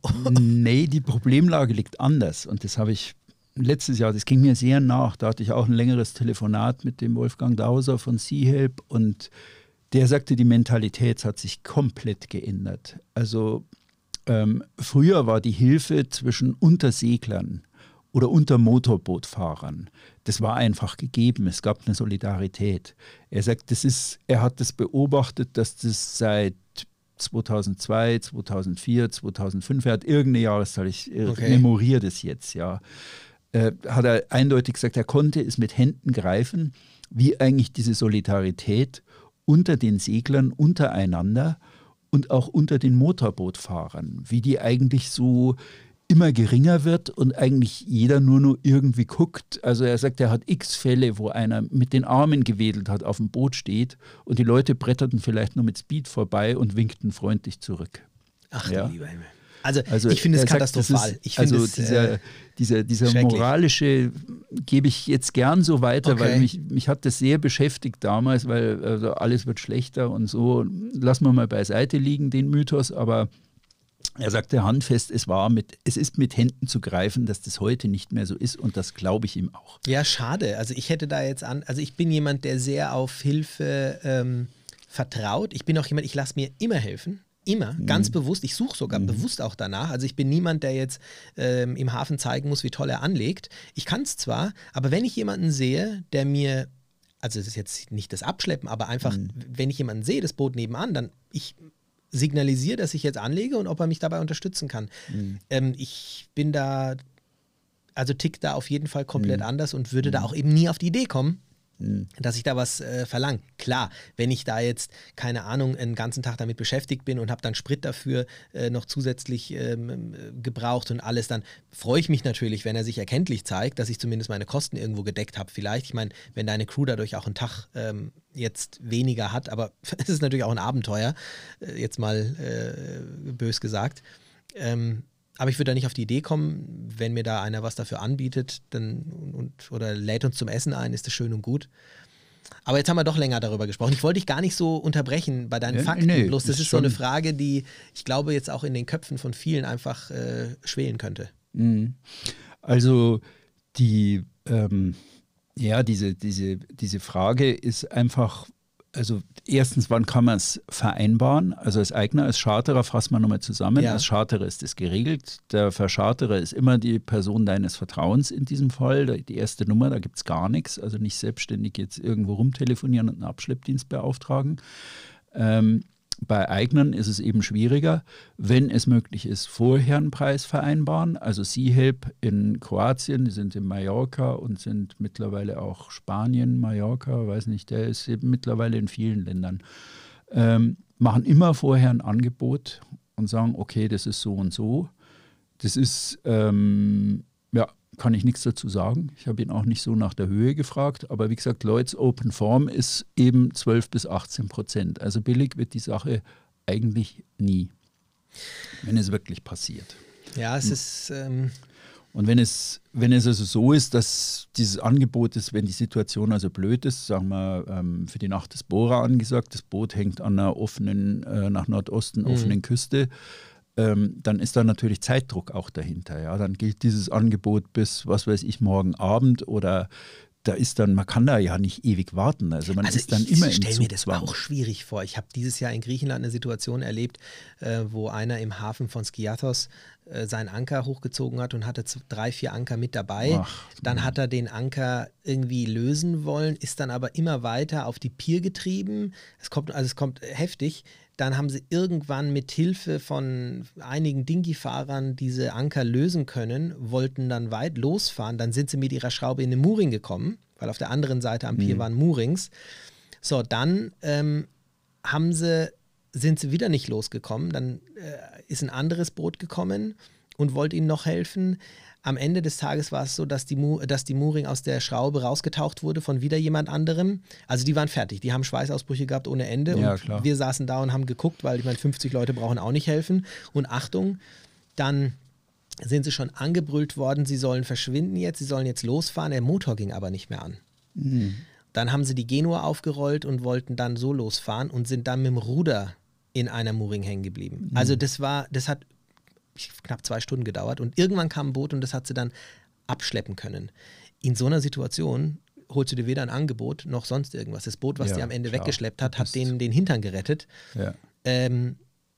Nee, die Problemlage liegt anders. Und das habe ich letztes Jahr, das ging mir sehr nach. Da hatte ich auch ein längeres Telefonat mit dem Wolfgang Dauser von Sea-Help und der sagte, die Mentalität hat sich komplett geändert. Also ähm, früher war die Hilfe zwischen Unterseglern oder unter Motorbootfahrern, das war einfach gegeben, es gab eine Solidarität. Er sagt, das ist, er hat das beobachtet, dass das seit zweitausendzwei, zweitausendvier, zweitausendfünf, er hat irgendeine Jahreszahl, ich Okay. memoriere das jetzt, ja, äh, hat er eindeutig gesagt, er konnte es mit Händen greifen, wie eigentlich diese Solidarität unter den Seglern untereinander und auch unter den Motorbootfahrern, wie die eigentlich so immer geringer wird und eigentlich jeder nur noch irgendwie guckt. Also er sagt, er hat x Fälle, wo einer mit den Armen gewedelt hat, auf dem Boot steht und die Leute bretterten vielleicht nur mit Speed vorbei und winkten freundlich zurück. Ach Ja. du lieber Himmel. Also, Also ich finde es er sagt, das katastrophal. ist- Ich finde also es, dieser, äh, dieser, dieser schrecklich. moralische gebe ich jetzt gern so weiter, Okay. weil mich, mich hat das sehr beschäftigt damals, weil also alles wird schlechter und so. Lassen wir mal beiseite liegen, den Mythos, aber er sagte handfest, es war mit, es ist mit Händen zu greifen, dass das heute nicht mehr so ist und das glaube ich ihm auch. Ja, schade. Also ich hätte da jetzt an, also ich bin jemand, der sehr auf Hilfe ähm, vertraut. Ich bin auch jemand, ich lasse mir immer helfen. Immer, Mhm. ganz bewusst. Ich suche sogar bewusst auch danach. Also ich bin niemand, der jetzt ähm, im Hafen zeigen muss, wie toll er anlegt. Ich kann es zwar, aber wenn ich jemanden sehe, der mir, also das ist jetzt nicht das Abschleppen, aber einfach, Mhm. wenn ich jemanden sehe, das Boot nebenan, dann ich signalisiere, dass ich jetzt anlege und ob er mich dabei unterstützen kann. Mhm. Ähm, ich bin da, also tick da auf jeden Fall komplett Mhm. anders und würde da auch eben nie auf die Idee kommen, Mhm. dass ich da was äh, verlange. Klar, wenn ich da jetzt, keine Ahnung, einen ganzen Tag damit beschäftigt bin und habe dann Sprit dafür äh, noch zusätzlich ähm, äh, gebraucht und alles, dann freue ich mich natürlich, wenn er sich erkenntlich zeigt, dass ich zumindest meine Kosten irgendwo gedeckt habe vielleicht. Ich meine, wenn deine Crew dadurch auch einen Tag ähm, jetzt weniger hat, aber es ist natürlich auch ein Abenteuer, äh, jetzt mal äh, bös gesagt. Ähm, aber ich würde da nicht auf die Idee kommen, wenn mir da einer was dafür anbietet dann, und, oder lädt uns zum Essen ein, ist das schön und gut. Aber jetzt haben wir doch länger darüber gesprochen. Ich wollte dich gar nicht so unterbrechen bei deinen Ja, Fakten. nee, Bloß das ist ist so eine schon- Frage, die ich glaube jetzt auch in den Köpfen von vielen einfach äh, schwelen könnte. Mhm. Also die, ähm, ja, diese, diese, diese Frage ist einfach, also erstens, wann kann man es vereinbaren? Also als Eigner, als Charterer fassen wir nochmal zusammen. Ja. Als Charterer ist es geregelt. Der Verscharterer ist immer die Person deines Vertrauens in diesem Fall. Die erste Nummer, da gibt es gar nichts. Also nicht selbstständig jetzt irgendwo rumtelefonieren und einen Abschleppdienst beauftragen. Ähm, Bei Eignern ist es eben schwieriger, wenn es möglich ist, vorher einen Preis vereinbaren. Also Sea-Help in Kroatien, die sind in Mallorca und sind mittlerweile auch Spanien, Mallorca, weiß nicht, der ist eben mittlerweile in vielen Ländern. Ähm, machen immer vorher ein Angebot und sagen, okay, das ist so und so. Das ist, ähm, ja, kann ich nichts dazu sagen. Ich habe ihn auch nicht so nach der Höhe gefragt. Aber wie gesagt, Lloyds Open Form ist eben zwölf bis achtzehn Prozent. Also billig wird die Sache eigentlich nie, wenn es wirklich passiert. Ja, es ist, ähm, Und wenn es, wenn es also so ist, dass dieses Angebot ist, wenn die Situation also blöd ist, sagen wir ähm, für die Nacht des Bohrer angesagt, das Boot hängt an einer offenen, äh, nach Nordosten offenen Mhm. Küste, ähm, dann ist da natürlich Zeitdruck auch dahinter. Ja? Dann gilt dieses Angebot bis, was weiß ich, morgen Abend oder da ist dann, man kann da ja nicht ewig warten. Also man also ist dann ich immer im stelle mir das Zugzwang. auch schwierig vor. Ich habe dieses Jahr in Griechenland eine Situation erlebt, äh, wo einer im Hafen von Skiathos äh, seinen Anker hochgezogen hat und hatte z- drei, vier Anker mit dabei. Ach, Dann hat er den Anker irgendwie lösen wollen, ist dann aber immer weiter auf die Pier getrieben. Es kommt, also es kommt heftig. dann haben sie irgendwann mit Hilfe von einigen Dingi-Fahrern diese Anker lösen können, wollten dann weit losfahren. Dann sind sie mit ihrer Schraube in den Mooring gekommen, weil auf der anderen Seite am Pier mhm. waren Moorings. So, dann ähm, haben sie, sind sie wieder nicht losgekommen. Dann äh, ist ein anderes Boot gekommen und wollte ihnen noch helfen. Am Ende des Tages war es so, dass die, Mo- dass die Mooring aus der Schraube rausgetaucht wurde von wieder jemand anderem. Also die waren fertig, die haben Schweißausbrüche gehabt ohne Ende. Ja, und klar. wir saßen da und haben geguckt, weil ich meine, fünfzig Leute brauchen auch nicht helfen. Und Achtung, dann sind sie schon angebrüllt worden, sie sollen verschwinden jetzt, sie sollen jetzt losfahren. Der Motor ging aber nicht mehr an. Mhm. Dann haben sie die Genua aufgerollt und wollten dann so losfahren und sind dann mit dem Ruder in einer Mooring hängen geblieben. Mhm. Also das war, das hat knapp zwei Stunden gedauert und irgendwann kam ein Boot und das hat sie dann abschleppen können. In so einer Situation holst du dir weder ein Angebot noch sonst irgendwas. Das Boot, was ja, die am Ende klar. weggeschleppt hat, hat denen den Hintern gerettet. Ja. Ähm,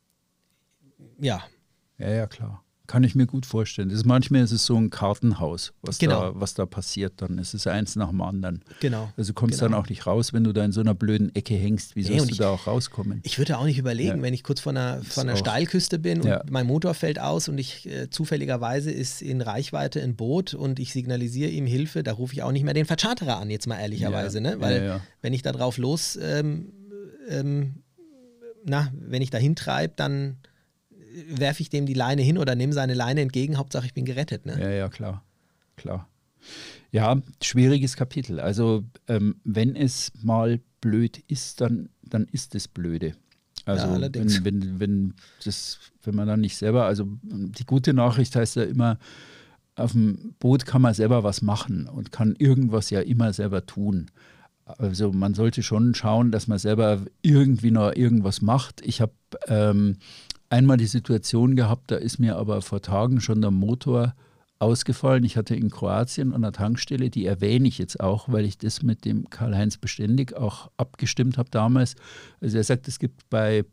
ja. Ja, ja, klar. Kann ich mir gut vorstellen. Das ist, manchmal ist es so ein Kartenhaus, was, genau. da, was da passiert. Dann ist es eins nach dem anderen. Genau. Also du kommst genau. dann auch nicht raus, wenn du da in so einer blöden Ecke hängst. Wie nee, sollst du ich, da auch rauskommen? Ich würde auch nicht überlegen, ja. wenn ich kurz vor einer, vor einer Steilküste bin und ja. mein Motor fällt aus und ich äh, zufälligerweise ist in Reichweite ein Boot und ich signalisiere ihm Hilfe, da rufe ich auch nicht mehr den Vercharterer an, jetzt mal ehrlicherweise. Ja. Ne? Weil ja, ja. wenn ich da drauf los, ähm, ähm, na, wenn ich da hintreibe, dann werfe ich dem die Leine hin oder nehme seine Leine entgegen, Hauptsache ich bin gerettet. Ne? Ja, ja, klar. klar. Ja, schwieriges Kapitel. Also ähm, wenn es mal blöd ist, dann, dann ist es blöde. Also ja, wenn, wenn, wenn, das, wenn man dann nicht selber, also die gute Nachricht heißt ja immer, auf dem Boot kann man selber was machen und kann irgendwas ja immer selber tun. Also man sollte schon schauen, dass man selber irgendwie noch irgendwas macht. Ich habe ähm, einmal die Situation gehabt, da ist mir aber vor Tagen schon der Motor ausgefallen. Ich hatte in Kroatien an der Tankstelle, die erwähne ich jetzt auch, weil ich das mit dem Karl-Heinz beständig auch abgestimmt habe damals. Also er sagt, es gibt bei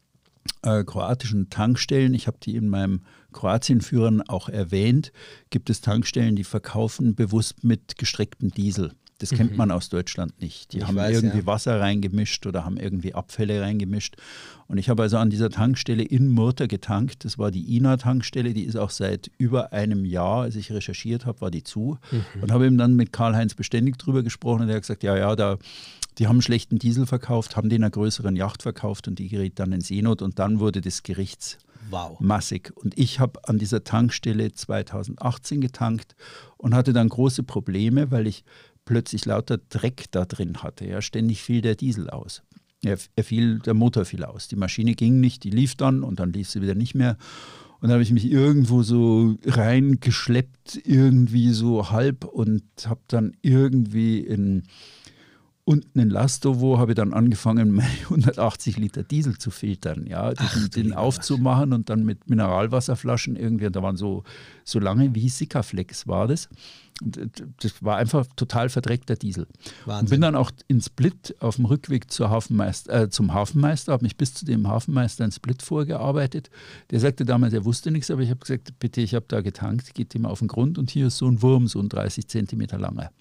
äh, kroatischen Tankstellen, ich habe die in meinem Kroatien-Führern auch erwähnt, gibt es Tankstellen, die verkaufen bewusst mit gestrecktem Diesel. Das kennt man aus Deutschland nicht. Die ich haben weiß, irgendwie ja. Wasser reingemischt oder haben irgendwie Abfälle reingemischt. Und ich habe also an dieser Tankstelle in Murter getankt. Das war die I N A-Tankstelle. Die ist auch seit über einem Jahr, als ich recherchiert habe, war die zu. Mhm. Und habe eben dann mit Karl-Heinz beständig drüber gesprochen. Und er hat gesagt, ja, ja, da, die haben schlechten Diesel verkauft, haben den einer größeren Yacht verkauft und die gerät dann in Seenot. Und dann wurde des Gerichts wow. massig. Und ich habe an dieser Tankstelle zweitausendachtzehn getankt und hatte dann große Probleme, weil ich plötzlich lauter Dreck da drin hatte. Ja, ständig fiel der Diesel aus. Er, er fiel, der Motor fiel aus. Die Maschine ging nicht, die lief dann und dann lief sie wieder nicht mehr. Und dann habe ich mich irgendwo so reingeschleppt, irgendwie so halb und habe dann irgendwie in unten in Lastovo habe ich dann angefangen, meine hundertachtzig Liter Diesel zu filtern, ja, Ach, den, den aufzumachen und dann mit Mineralwasserflaschen irgendwie, da waren so, so lange wie Sikaflex war das. Und das war einfach total verdreckter Diesel. Wahnsinn. Und bin dann auch in Split auf dem Rückweg zur Hafenmeister, äh, zum Hafenmeister, habe mich bis zu dem Hafenmeister in Split vorgearbeitet. Der sagte damals, er wusste nichts, aber ich habe gesagt, bitte, ich habe da getankt, geht ihm auf den Grund und hier ist so ein Wurm, so ein dreißig Zentimeter langer.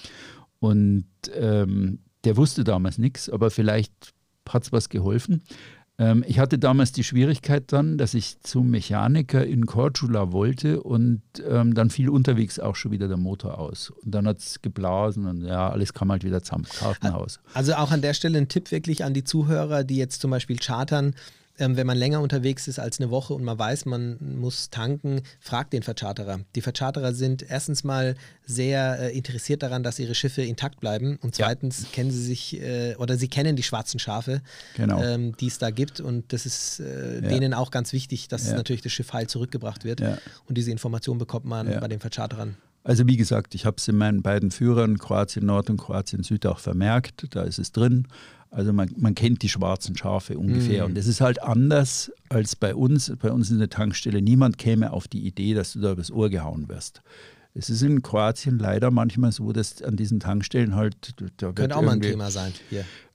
Und ähm, der wusste damals nichts, aber vielleicht hat es was geholfen. Ähm, ich hatte damals die Schwierigkeit dann, dass ich zum Mechaniker in Korčula wollte und ähm, dann fiel unterwegs auch schon wieder der Motor aus. Und dann hat es geblasen und ja, alles kam halt wieder zusammen. Kartenhaus. Also auch an der Stelle ein Tipp wirklich an die Zuhörer, die jetzt zum Beispiel chartern. Ähm, wenn man länger unterwegs ist als eine Woche und man weiß, man muss tanken, fragt den Vercharterer. Die Vercharterer sind erstens mal sehr äh, interessiert daran, dass ihre Schiffe intakt bleiben und zweitens ja. kennen sie sich äh, oder sie kennen die schwarzen Schafe, genau. ähm, die es da gibt und das ist äh, ja. denen auch ganz wichtig, dass ja. natürlich das Schiff heil zurückgebracht wird ja. und diese Information bekommt man ja. bei den Vercharterern. Also wie gesagt, ich habe es in meinen beiden Führern, Kroatien Nord und Kroatien Süd, auch vermerkt, da ist es drin. Also man, man kennt die schwarzen Schafe ungefähr. Mm. Und es ist halt anders als bei uns. Bei uns in der Tankstelle, niemand käme auf die Idee, dass du da übers Ohr gehauen wirst. Es ist in Kroatien leider manchmal so, dass an diesen Tankstellen halt... Da Könnte auch mal ein Thema sein hier.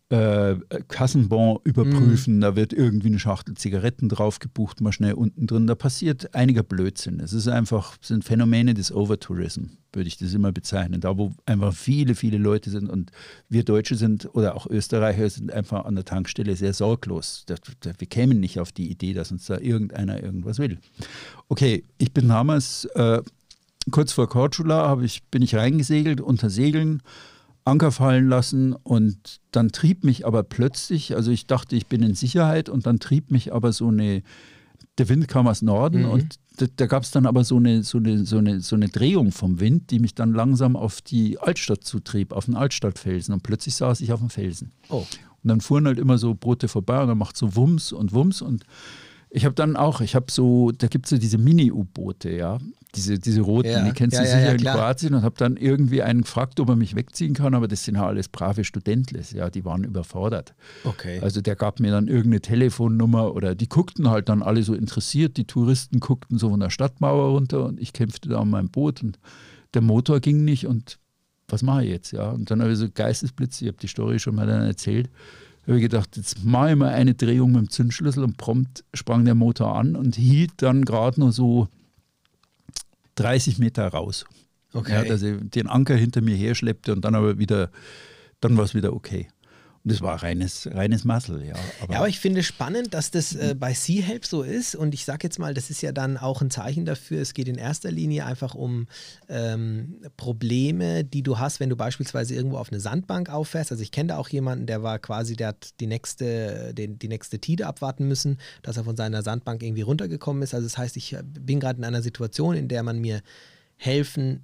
äh, Kassenbon überprüfen, mm. da wird irgendwie eine Schachtel Zigaretten drauf gebucht, mal schnell unten drin. Da passiert einiger Blödsinn. Es ist einfach, sind Phänomene des Overtourism, würde ich das immer bezeichnen. Da, wo einfach viele, viele Leute sind und wir Deutsche sind oder auch Österreicher sind einfach an der Tankstelle sehr sorglos. Da, da, wir kämen nicht auf die Idee, dass uns da irgendeiner irgendwas will. Okay, ich bin damals äh, kurz vor Korčula habe ich, bin ich reingesegelt, unter Segeln, Anker fallen lassen und dann trieb mich aber plötzlich, also ich dachte, ich bin in Sicherheit und dann trieb mich aber so eine, der Wind kam aus Norden mhm. und da, da gab es dann aber so eine, so, eine, so, eine, so eine Drehung vom Wind, die mich dann langsam auf die Altstadt zutrieb, auf den Altstadtfelsen und plötzlich saß ich auf dem Felsen. Oh. Und dann fuhren halt immer so Boote vorbei und dann macht so Wumms und Wumms und ich habe dann auch, ich habe so, da gibt es so diese Mini-U-Boote, ja, diese, diese roten, ja, die kennst ja, du sicher ja, ja, in Kroatien und habe dann irgendwie einen gefragt, ob er mich wegziehen kann, aber das sind ja alles brave Studentles, ja, die waren überfordert. Okay. Also der gab mir dann irgendeine Telefonnummer oder die guckten halt dann alle so interessiert, die Touristen guckten so von der Stadtmauer runter und ich kämpfte da an meinem Boot und der Motor ging nicht und was mache ich jetzt, ja, und dann habe ich so Geistesblitz, ich habe die Story schon mal dann erzählt, habe ich gedacht, jetzt mache ich mal eine Drehung mit dem Zündschlüssel und prompt sprang der Motor an und hielt dann gerade nur so dreißig Meter raus. Okay. Ja, dass ich den Anker hinter mir her schleppte und dann aber wieder, dann war es wieder okay. Und das war reines, reines Muscle, ja. Aber, ja, aber ich finde spannend, dass das äh, bei Sea Help so ist und ich sage jetzt mal, das ist ja dann auch ein Zeichen dafür, es geht in erster Linie einfach um ähm, Probleme, die du hast, wenn du beispielsweise irgendwo auf eine Sandbank auffährst. Also ich kenne da auch jemanden, der war quasi, der hat die nächste, den, die nächste Tide abwarten müssen, dass er von seiner Sandbank irgendwie runtergekommen ist. Also das heißt, ich bin gerade in einer Situation, in der man mir helfen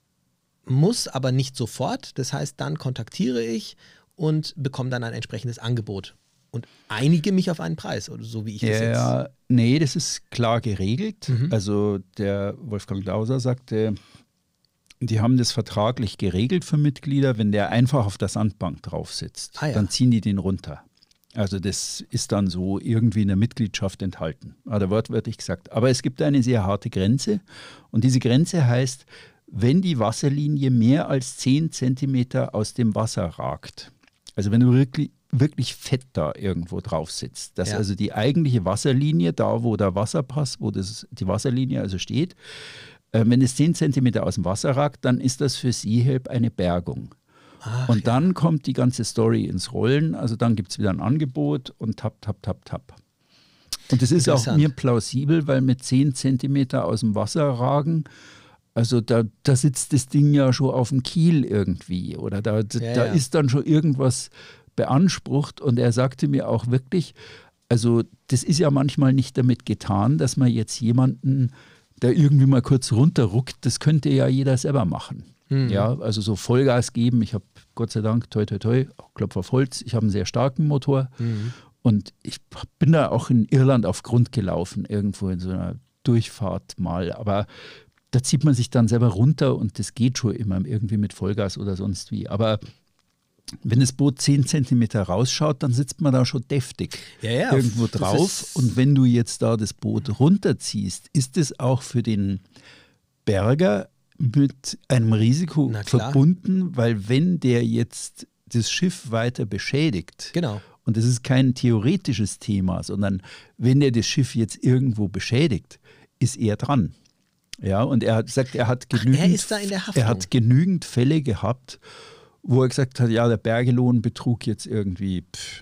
muss, aber nicht sofort. Das heißt, dann kontaktiere ich und bekomme dann ein entsprechendes Angebot und einige mich auf einen Preis, oder so wie ich das ja, jetzt... Ja, nee, das ist klar geregelt. Mhm. Also der Wolfgang Glauser sagte, die haben das vertraglich geregelt für Mitglieder, wenn der einfach auf der Sandbank drauf sitzt, ah, ja. dann ziehen die den runter. Also das ist dann so irgendwie in der Mitgliedschaft enthalten, hat er wortwörtlich gesagt. Aber es gibt eine sehr harte Grenze und diese Grenze heißt, wenn die Wasserlinie mehr als zehn Zentimeter aus dem Wasser ragt, also wenn du wirklich, wirklich fett da irgendwo drauf sitzt, dass ja. also die eigentliche Wasserlinie, da wo der Wasserpass, wo das, die Wasserlinie also steht, äh, wenn es zehn Zentimeter aus dem Wasser ragt, dann ist das für Sea Help eine Bergung. Ach, und dann ja. kommt die ganze Story ins Rollen, also dann gibt es wieder ein Angebot und tap, tap, tap, tap. Und das ist auch mir plausibel, weil mit zehn Zentimeter aus dem Wasser ragen, also da, da sitzt das Ding ja schon auf dem Kiel irgendwie oder da, da, ja, da ja. ist dann schon irgendwas beansprucht und er sagte mir auch wirklich, also das ist ja manchmal nicht damit getan, dass man jetzt jemanden, der irgendwie mal kurz runterruckt, das könnte ja jeder selber machen. Mhm. Ja, also so Vollgas geben, ich habe Gott sei Dank, toi toi toi, Klopf auf Holz, ich habe einen sehr starken Motor mhm. und ich bin da auch in Irland auf Grund gelaufen, irgendwo in so einer Durchfahrt mal, aber da zieht man sich dann selber runter und das geht schon immer irgendwie mit Vollgas oder sonst wie. Aber wenn das Boot zehn Zentimeter rausschaut, dann sitzt man da schon deftig ja, ja, irgendwo drauf. Und wenn du jetzt da das Boot runterziehst, ist es auch für den Berger mit einem Risiko verbunden, weil wenn der jetzt das Schiff weiter beschädigt, genau. und das ist kein theoretisches Thema, sondern wenn der das Schiff jetzt irgendwo beschädigt, ist er dran. Ja, und er hat gesagt, er hat genügend, Ach, er ist da in der Haftung. Er hat genügend Fälle gehabt, wo er gesagt hat, ja, der Bergelohn betrug jetzt irgendwie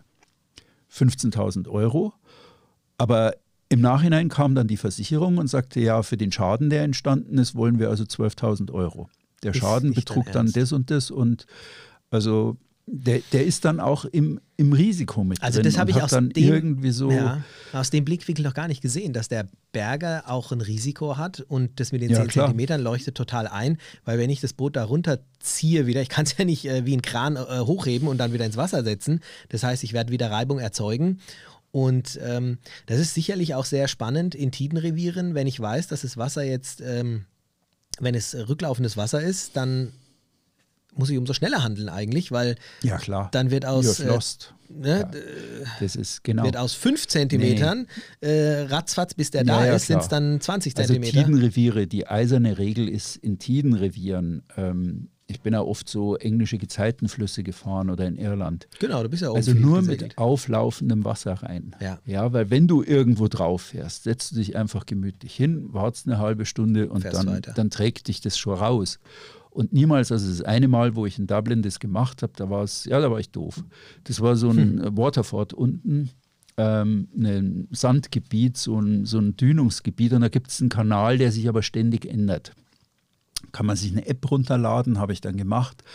fünfzehntausend Euro. Aber im Nachhinein kam dann die Versicherung und sagte, ja, für den Schaden, der entstanden ist, wollen wir also zwölftausend Euro. Der Schaden betrug dann das und das und also der, der ist dann auch im, im Risiko mit also drin. Das habe ich aus dann dem, irgendwie so ja, aus dem Blickwinkel noch gar nicht gesehen, dass der Berger auch ein Risiko hat und das mit den ja, zehn klar. Zentimetern leuchtet total ein, weil wenn ich das Boot da runterziehe wieder, ich kann es ja nicht äh, wie ein Kran äh, hochheben und dann wieder ins Wasser setzen. Das heißt, ich werde wieder Reibung erzeugen. Und ähm, das ist sicherlich auch sehr spannend in Tidenrevieren, wenn ich weiß, dass das Wasser jetzt, ähm, wenn es rücklaufendes Wasser ist, dann muss ich umso schneller handeln eigentlich, weil ja, klar. dann wird aus, äh, ne, ja, das ist genau. wird aus fünf Zentimetern nee. äh, ratzfatz, bis der ja, da ja, ist, sind es dann zwanzig Zentimeter. Also Tidenreviere, die eiserne Regel ist in Tidenrevieren, ähm, ich bin ja oft so englische Gezeitenflüsse gefahren oder in Irland. Genau, du bist ja auch Also viel nur gesegelt. mit auflaufendem Wasser rein. Ja. Ja, weil wenn du irgendwo drauf fährst, setzt du dich einfach gemütlich hin, wartest eine halbe Stunde und Fährst dann, weiter. dann trägt dich das schon raus. Und niemals, also das eine Mal, wo ich in Dublin das gemacht habe, da war es, ja, da war ich doof. Das war so ein hm. Waterford unten, ähm, ein Sandgebiet, so ein, so ein Dünungsgebiet und da gibt es einen Kanal, der sich aber ständig ändert. Kann man sich eine App runterladen, habe ich dann gemacht.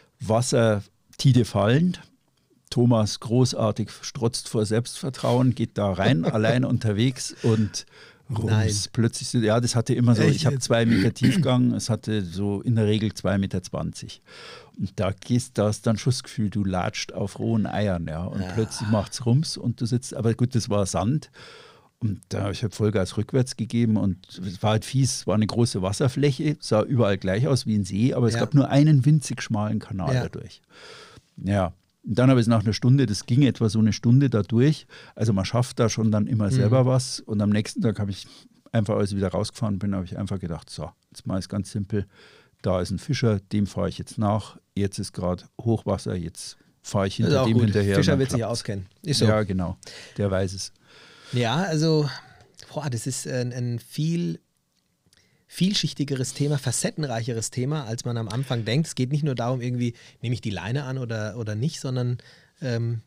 Wasser Tide fallend. Thomas großartig strotzt vor Selbstvertrauen, geht da rein, allein unterwegs und rums. Nein. Plötzlich, so- ja, das hatte immer so, Echt ich habe jetzt? zwei Meter Tiefgang, es hatte so in der Regel zwei Meter zwanzig. Und da gehst, da ist dann schon das Gefühl, du latscht auf rohen Eiern, ja. Und Ja. plötzlich macht es rums und du sitzt, aber gut, das war Sand. Und da habe ich halt Vollgas rückwärts gegeben und es war halt fies, es war eine große Wasserfläche, sah überall gleich aus wie ein See, aber es Ja. gab nur einen winzig schmalen Kanal Ja. dadurch. Ja, und dann habe ich es nach einer Stunde, das ging etwa so eine Stunde da durch, also man schafft da schon dann immer selber was und am nächsten Tag habe ich einfach, als ich wieder rausgefahren bin, habe ich einfach gedacht, so, jetzt mal ist ganz simpel, da ist ein Fischer, dem fahre ich jetzt nach, jetzt ist gerade Hochwasser, jetzt fahre ich Das ist hinter auch dem gut. hinterher. und Fischer dann wird sich klappt's. auskennen. Ist so. Ja, genau, der weiß es. Ja, also, boah, das ist ein, ein viel vielschichtigeres Thema, facettenreicheres Thema, als man am Anfang denkt. Es geht nicht nur darum, irgendwie, nehme ich die Leine an oder, oder nicht, sondern ähm,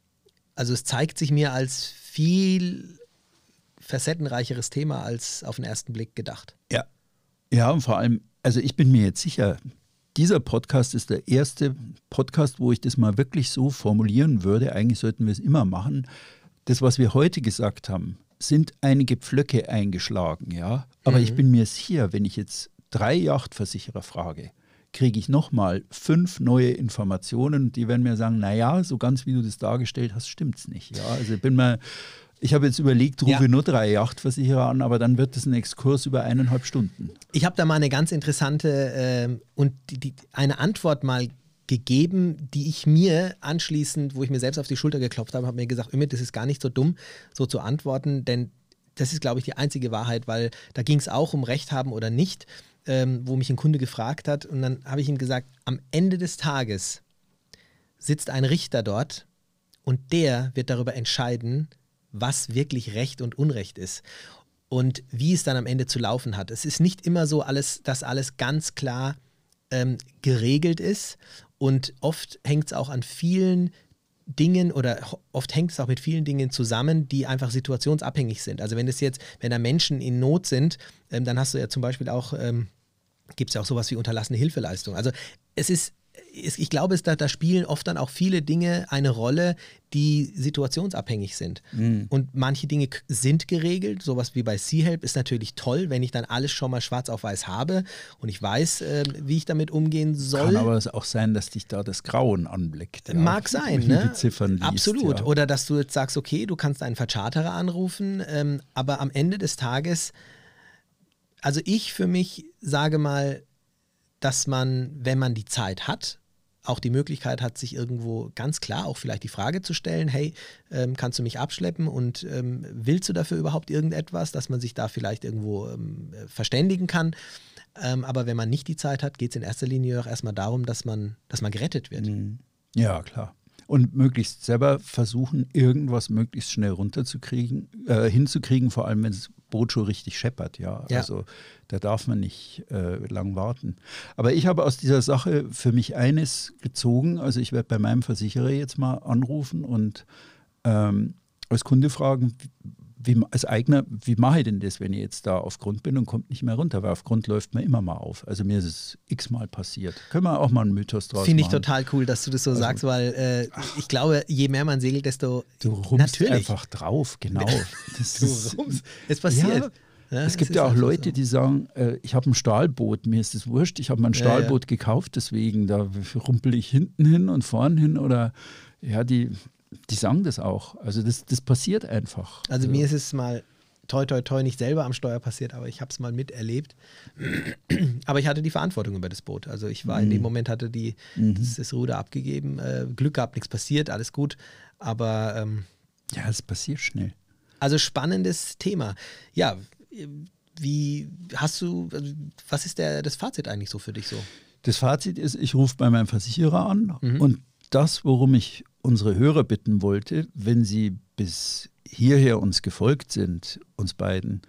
also es zeigt sich mir als viel facettenreicheres Thema als auf den ersten Blick gedacht. Ja. Ja, und vor allem, also ich bin mir jetzt sicher, dieser Podcast ist der erste Podcast, wo ich das mal wirklich so formulieren würde. Eigentlich sollten wir es immer machen. Das, was wir heute gesagt haben, sind einige Pflöcke eingeschlagen, ja. Aber Mhm. ich bin mir sicher, wenn ich jetzt drei Yachtversicherer frage, kriege ich nochmal fünf neue Informationen. Die werden mir sagen, naja, so ganz wie du das dargestellt hast, stimmt es nicht. Ja, also ich bin mir, ich habe jetzt überlegt, rufe Ja. nur drei Yachtversicherer an, aber dann wird das ein Exkurs über eineinhalb Stunden. Ich habe da mal eine ganz interessante ähm, und die, die, eine Antwort mal gegeben, die ich mir anschließend, wo ich mir selbst auf die Schulter geklopft habe, habe mir gesagt, Ümit, das ist gar nicht so dumm, so zu antworten, denn das ist, glaube ich, die einzige Wahrheit, weil da ging es auch um Recht haben oder nicht, ähm, wo mich ein Kunde gefragt hat und dann habe ich ihm gesagt, am Ende des Tages sitzt ein Richter dort und der wird darüber entscheiden, was wirklich Recht und Unrecht ist und wie es dann am Ende zu laufen hat. Es ist nicht immer so, alles, dass alles ganz klar ähm, geregelt ist und oft hängt es auch an vielen Dingen oder ho- oft hängt es auch mit vielen Dingen zusammen, die einfach situationsabhängig sind. Also wenn es jetzt, wenn da Menschen in Not sind, ähm, dann hast du ja zum Beispiel auch, ähm, gibt es ja auch sowas wie unterlassene Hilfeleistung. Also es ist, es, ich glaube, es, da, da spielen oft dann auch viele Dinge eine Rolle, die situationsabhängig sind. Und manche Dinge k- sind geregelt. Sowas wie bei Sea-Help ist natürlich toll, wenn ich dann alles schon mal schwarz auf weiß habe und ich weiß, ähm, wie ich damit umgehen soll. Kann aber es auch sein, dass dich da das Grauen anblickt. Ja. Mag sein, Wenn du ne? die Ziffern liest, Absolut. Ja. Oder dass du jetzt sagst, okay, du kannst einen Vercharterer anrufen, ähm, aber am Ende des Tages, also ich für mich sage mal, dass man, wenn man die Zeit hat, auch die Möglichkeit hat, sich irgendwo ganz klar auch vielleicht die Frage zu stellen, hey, ähm, kannst du mich abschleppen und ähm, willst du dafür überhaupt irgendetwas, dass man sich da vielleicht irgendwo ähm, verständigen kann. Ähm, aber wenn man nicht die Zeit hat, geht es in erster Linie auch erstmal darum, dass man, dass man gerettet wird. Ja, klar. Und möglichst selber versuchen, irgendwas möglichst schnell runterzukriegen, äh, hinzukriegen, vor allem wenn das Boot schon richtig scheppert. Ja, Ja. also da darf man nicht äh, lang warten. Aber ich habe aus dieser Sache für mich eines gezogen. Also ich werde bei meinem Versicherer jetzt mal anrufen und ähm, als Kunde fragen, wie, als Eigner, wie mache ich denn das, wenn ich jetzt da auf Grund bin und kommt nicht mehr runter? Weil auf Grund läuft man immer mal auf. Also mir ist es x-mal passiert. Können wir auch mal einen Mythos draus Finde ich machen. total cool, dass du das so sagst, weil äh, ich glaube, je mehr man segelt, desto Du rumpst natürlich. einfach drauf, genau. Das Du ist- rums. Es passiert. Ja, Ja, es gibt ist ja auch einfach Leute, so. die sagen, äh, ich habe ein Stahlboot, mir ist das wurscht, ich habe mein Ja, Stahlboot gekauft, deswegen da rumpel ich hinten hin und vorn hin oder ja, die, die sagen das auch. Also das, das passiert einfach. Also mir ist es mal toi toi toi nicht selber am Steuer passiert, aber ich habe es mal miterlebt. Aber ich hatte die Verantwortung über das Boot. Also ich war in dem Moment, hatte die das, das Ruder abgegeben, äh, Glück gehabt, nichts passiert, alles gut. Aber ähm, Ja, es passiert schnell. also spannendes Thema. Ja, wie hast du, also was ist der, das Fazit eigentlich so für dich so? Das Fazit ist, ich rufe bei meinem Versicherer an Mhm. und das, worum ich unsere Hörer bitten wollte, wenn sie bis hierher uns gefolgt sind, uns beiden,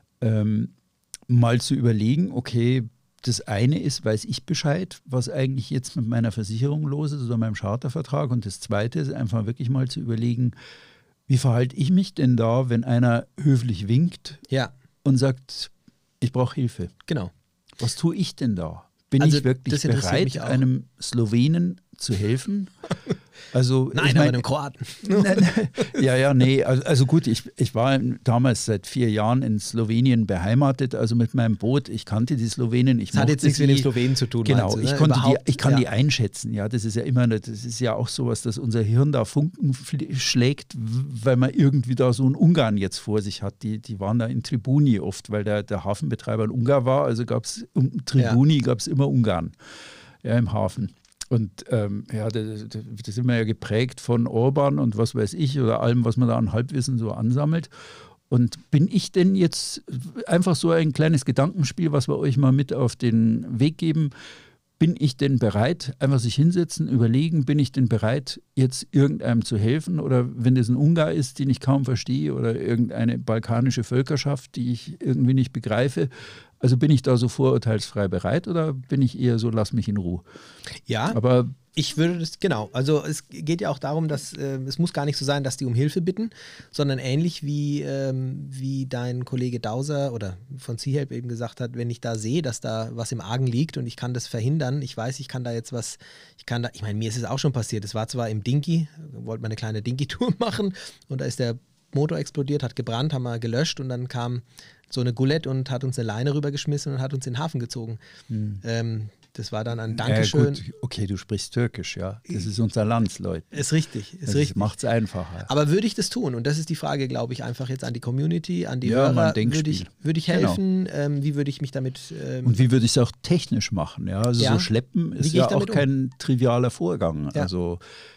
ähm, mal zu überlegen, okay, das eine ist, weiß ich Bescheid, was eigentlich jetzt mit meiner Versicherung los ist oder meinem Chartervertrag, und das zweite ist einfach wirklich mal zu überlegen, wie verhalte ich mich denn da, wenn einer höflich winkt Ja, und sagt, ich brauche Hilfe. genau. Was tue ich denn da? Bin Also, ich wirklich das interessiert bereit, mich auch. einem Slowenen zu helfen? Also, Nein, ich aber mein, einem Kroaten. Nein, ja, ja, nee, also, also gut, ich, ich war damals seit vier Jahren in Slowenien beheimatet, also mit meinem Boot. Ich kannte die Slowenen. Ich Das hat jetzt mochte nichts mit den sie. Slowenen zu tun. Genau, meinst du, ich, ne? konnte die, Überhaupt, ich kann ja. die einschätzen. Ja, das ist ja immer, das ist ja auch sowas, dass unser Hirn da Funken fl- schlägt, weil man irgendwie da so einen Ungarn jetzt vor sich hat. Die, die waren da in Tribuni oft, weil der, der Hafenbetreiber ein Ungar war. Also gab es um Tribuni Ja. gab es immer Ungarn, ja, im Hafen. Und ähm, ja, da, da, da sind wir ja geprägt von Orban und was weiß ich oder allem, was man da an Halbwissen so ansammelt. Und bin ich denn jetzt einfach so ein kleines Gedankenspiel, was wir euch mal mit auf den Weg geben, bin ich denn bereit, einfach sich hinsetzen, überlegen, bin ich denn bereit, jetzt irgendeinem zu helfen? Oder wenn das ein Ungar ist, den ich kaum verstehe, oder irgendeine balkanische Völkerschaft, die ich irgendwie nicht begreife, also bin ich da so vorurteilsfrei bereit oder bin ich eher so, lass mich in Ruhe? Ja, Aber ich würde das, genau, also es geht ja auch darum, dass äh, es muss gar nicht so sein, dass die um Hilfe bitten, sondern ähnlich wie, ähm, wie dein Kollege Dauser oder von C-Help eben gesagt hat, wenn ich da sehe, dass da was im Argen liegt und ich kann das verhindern, ich weiß, ich kann da jetzt was, ich kann da, ich meine, mir ist es auch schon passiert, es war zwar im Dinky, wollte mal eine kleine Dinky-Tour machen und da ist der Motor explodiert, hat gebrannt, haben wir gelöscht und dann kam so eine Gulette und hat uns eine Leine rübergeschmissen und hat uns in den Hafen gezogen. Hm. Ähm, das war dann ein Dankeschön. Ja, gut, okay, du sprichst Türkisch, ja. Das ist unser Land, Leute. Ist richtig, ist Das richtig. macht es einfacher. Aber würde ich das tun? Und das ist die Frage, glaube ich, einfach jetzt an die Community, an die Ja, mal Hörer. ein Denkspiel. Würde ich, würde ich Genau. helfen? Ähm, wie würde ich mich damit... Ähm, Und wie würde ich es auch technisch machen? Ja, also Ja. so schleppen Wie ist gehe ja ich auch damit um? kein trivialer Vorgang. Ja. Also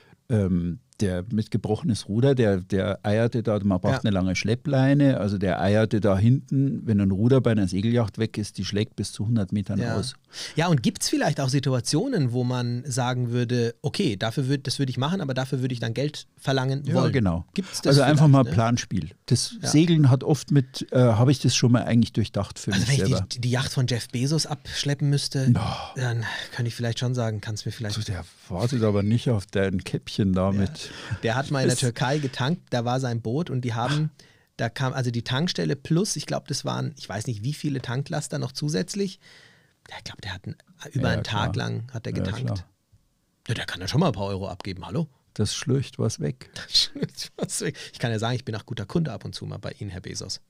ähm, der mit gebrochenes Ruder, der, der eierte da, man braucht Ja. eine lange Schleppleine, also der eierte da hinten, wenn ein Ruder bei einer Segelyacht weg ist, die schlägt bis zu hundert Metern ja. aus. ja, und gibt es vielleicht auch Situationen, wo man sagen würde, okay, dafür würd, das würde ich machen, aber dafür würde ich dann Geld verlangen Ja, wollen. genau. Gibt's das Also einfach vielleicht, mal ne? Planspiel. Das Ja. Segeln hat oft mit, äh, habe ich das schon mal eigentlich durchdacht für Also mich wenn ich selber. die, die Yacht von Jeff Bezos abschleppen müsste, Oh. dann könnte ich vielleicht schon sagen, kannst mir vielleicht... Also der wartet aber nicht auf dein Käppchen damit. Der hat mal in der Das- Türkei getankt, da war sein Boot und die haben, da kam also die Tankstelle plus, ich glaube, das waren, ich weiß nicht, wie viele Tanklaster noch zusätzlich. Ja, ich glaube, der hat einen, über Ja, einen klar. Tag lang hat er Ja, getankt. klar. Ja, der kann ja schon mal ein paar Euro abgeben, hallo? Das schlürcht was weg. Ich kann ja sagen, ich bin auch guter Kunde ab und zu mal bei Ihnen, Herr Bezos.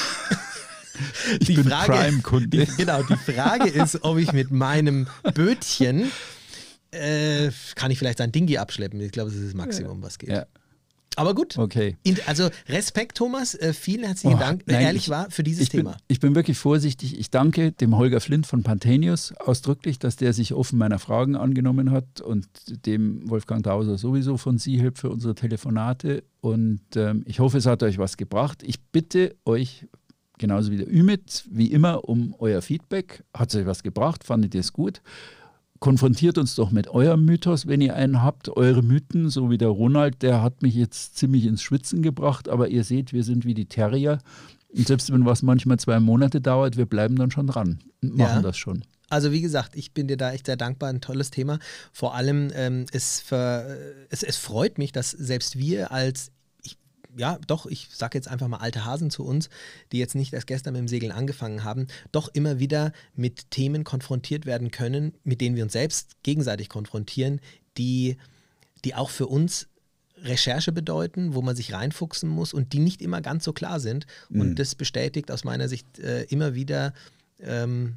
Ich Die bin Frage- Prime-Kunde. Die, genau, die Frage ist, ob ich mit meinem Bötchen, äh, kann ich vielleicht sein Dingi abschleppen. Ich glaube, das ist das Maximum, was geht. Ja, Aber gut. okay. In, also Respekt, Thomas. Äh, vielen herzlichen Oh, Dank. nein, Ehrlich ich- war für dieses Ich bin, Thema. ich bin wirklich vorsichtig. Ich danke dem Holger Flint von Pantenius ausdrücklich, dass der sich offen meiner Fragen angenommen hat und dem Wolfgang Dauser sowieso von C-Help für unsere Telefonate. Und ähm, ich hoffe, es hat euch was gebracht. Ich bitte euch, genauso wie der Ümit, wie immer, um euer Feedback. Hat es euch was gebracht? Fandet ihr es gut? Konfrontiert uns doch mit eurem Mythos, wenn ihr einen habt, eure Mythen, so wie der Ronald, der hat mich jetzt ziemlich ins Schwitzen gebracht, aber ihr seht, wir sind wie die Terrier und selbst wenn was manchmal zwei Monate dauert, wir bleiben dann schon dran und machen Ja. das schon. Also wie gesagt, ich bin dir da echt sehr dankbar, ein tolles Thema. Vor allem, ähm, es, ver, es, es freut mich, dass selbst wir als, ich, ja doch, ich sage jetzt einfach mal alte Hasen zu uns, die jetzt nicht erst gestern mit dem Segeln angefangen haben, doch immer wieder mit Themen konfrontiert werden können, mit denen wir uns selbst gegenseitig konfrontieren, die, die auch für uns Recherche bedeuten, wo man sich reinfuchsen muss und die nicht immer ganz so klar sind. Und Mhm. das bestätigt aus meiner Sicht äh, immer wieder ähm,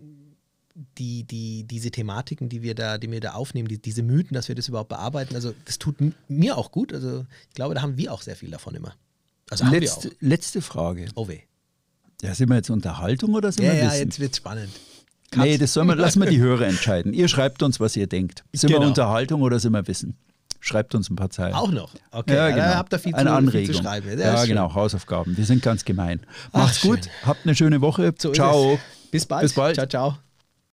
die, die, diese Thematiken, die wir da, die wir da aufnehmen, die, diese Mythen, dass wir das überhaupt bearbeiten. Also das tut m- mir auch gut. Also ich glaube, da haben wir auch sehr viel davon immer. Also haben Letzte, wir letzte Frage. auch. Oh weh. Ja, sind wir jetzt Unterhaltung oder sind Ja, wir ja, Wissen? jetzt wird es spannend. Cut. Nee, das sollen wir, lassen wir die Hörer entscheiden. Ihr schreibt uns, was ihr denkt. Sind Genau. wir Unterhaltung oder sind wir Wissen? Schreibt uns ein paar Zeilen. Auch noch. Okay, Ja, ja, genau. da habt ihr viel, Eine zu, Anregung. viel zu schreiben. Ja, Ja, ist schön. genau, Hausaufgaben. Wir sind ganz gemein. Ach, Macht's schön. gut, habt eine schöne Woche. So ist Ciao. es. Bis bald. Bis bald. Ciao, ciao.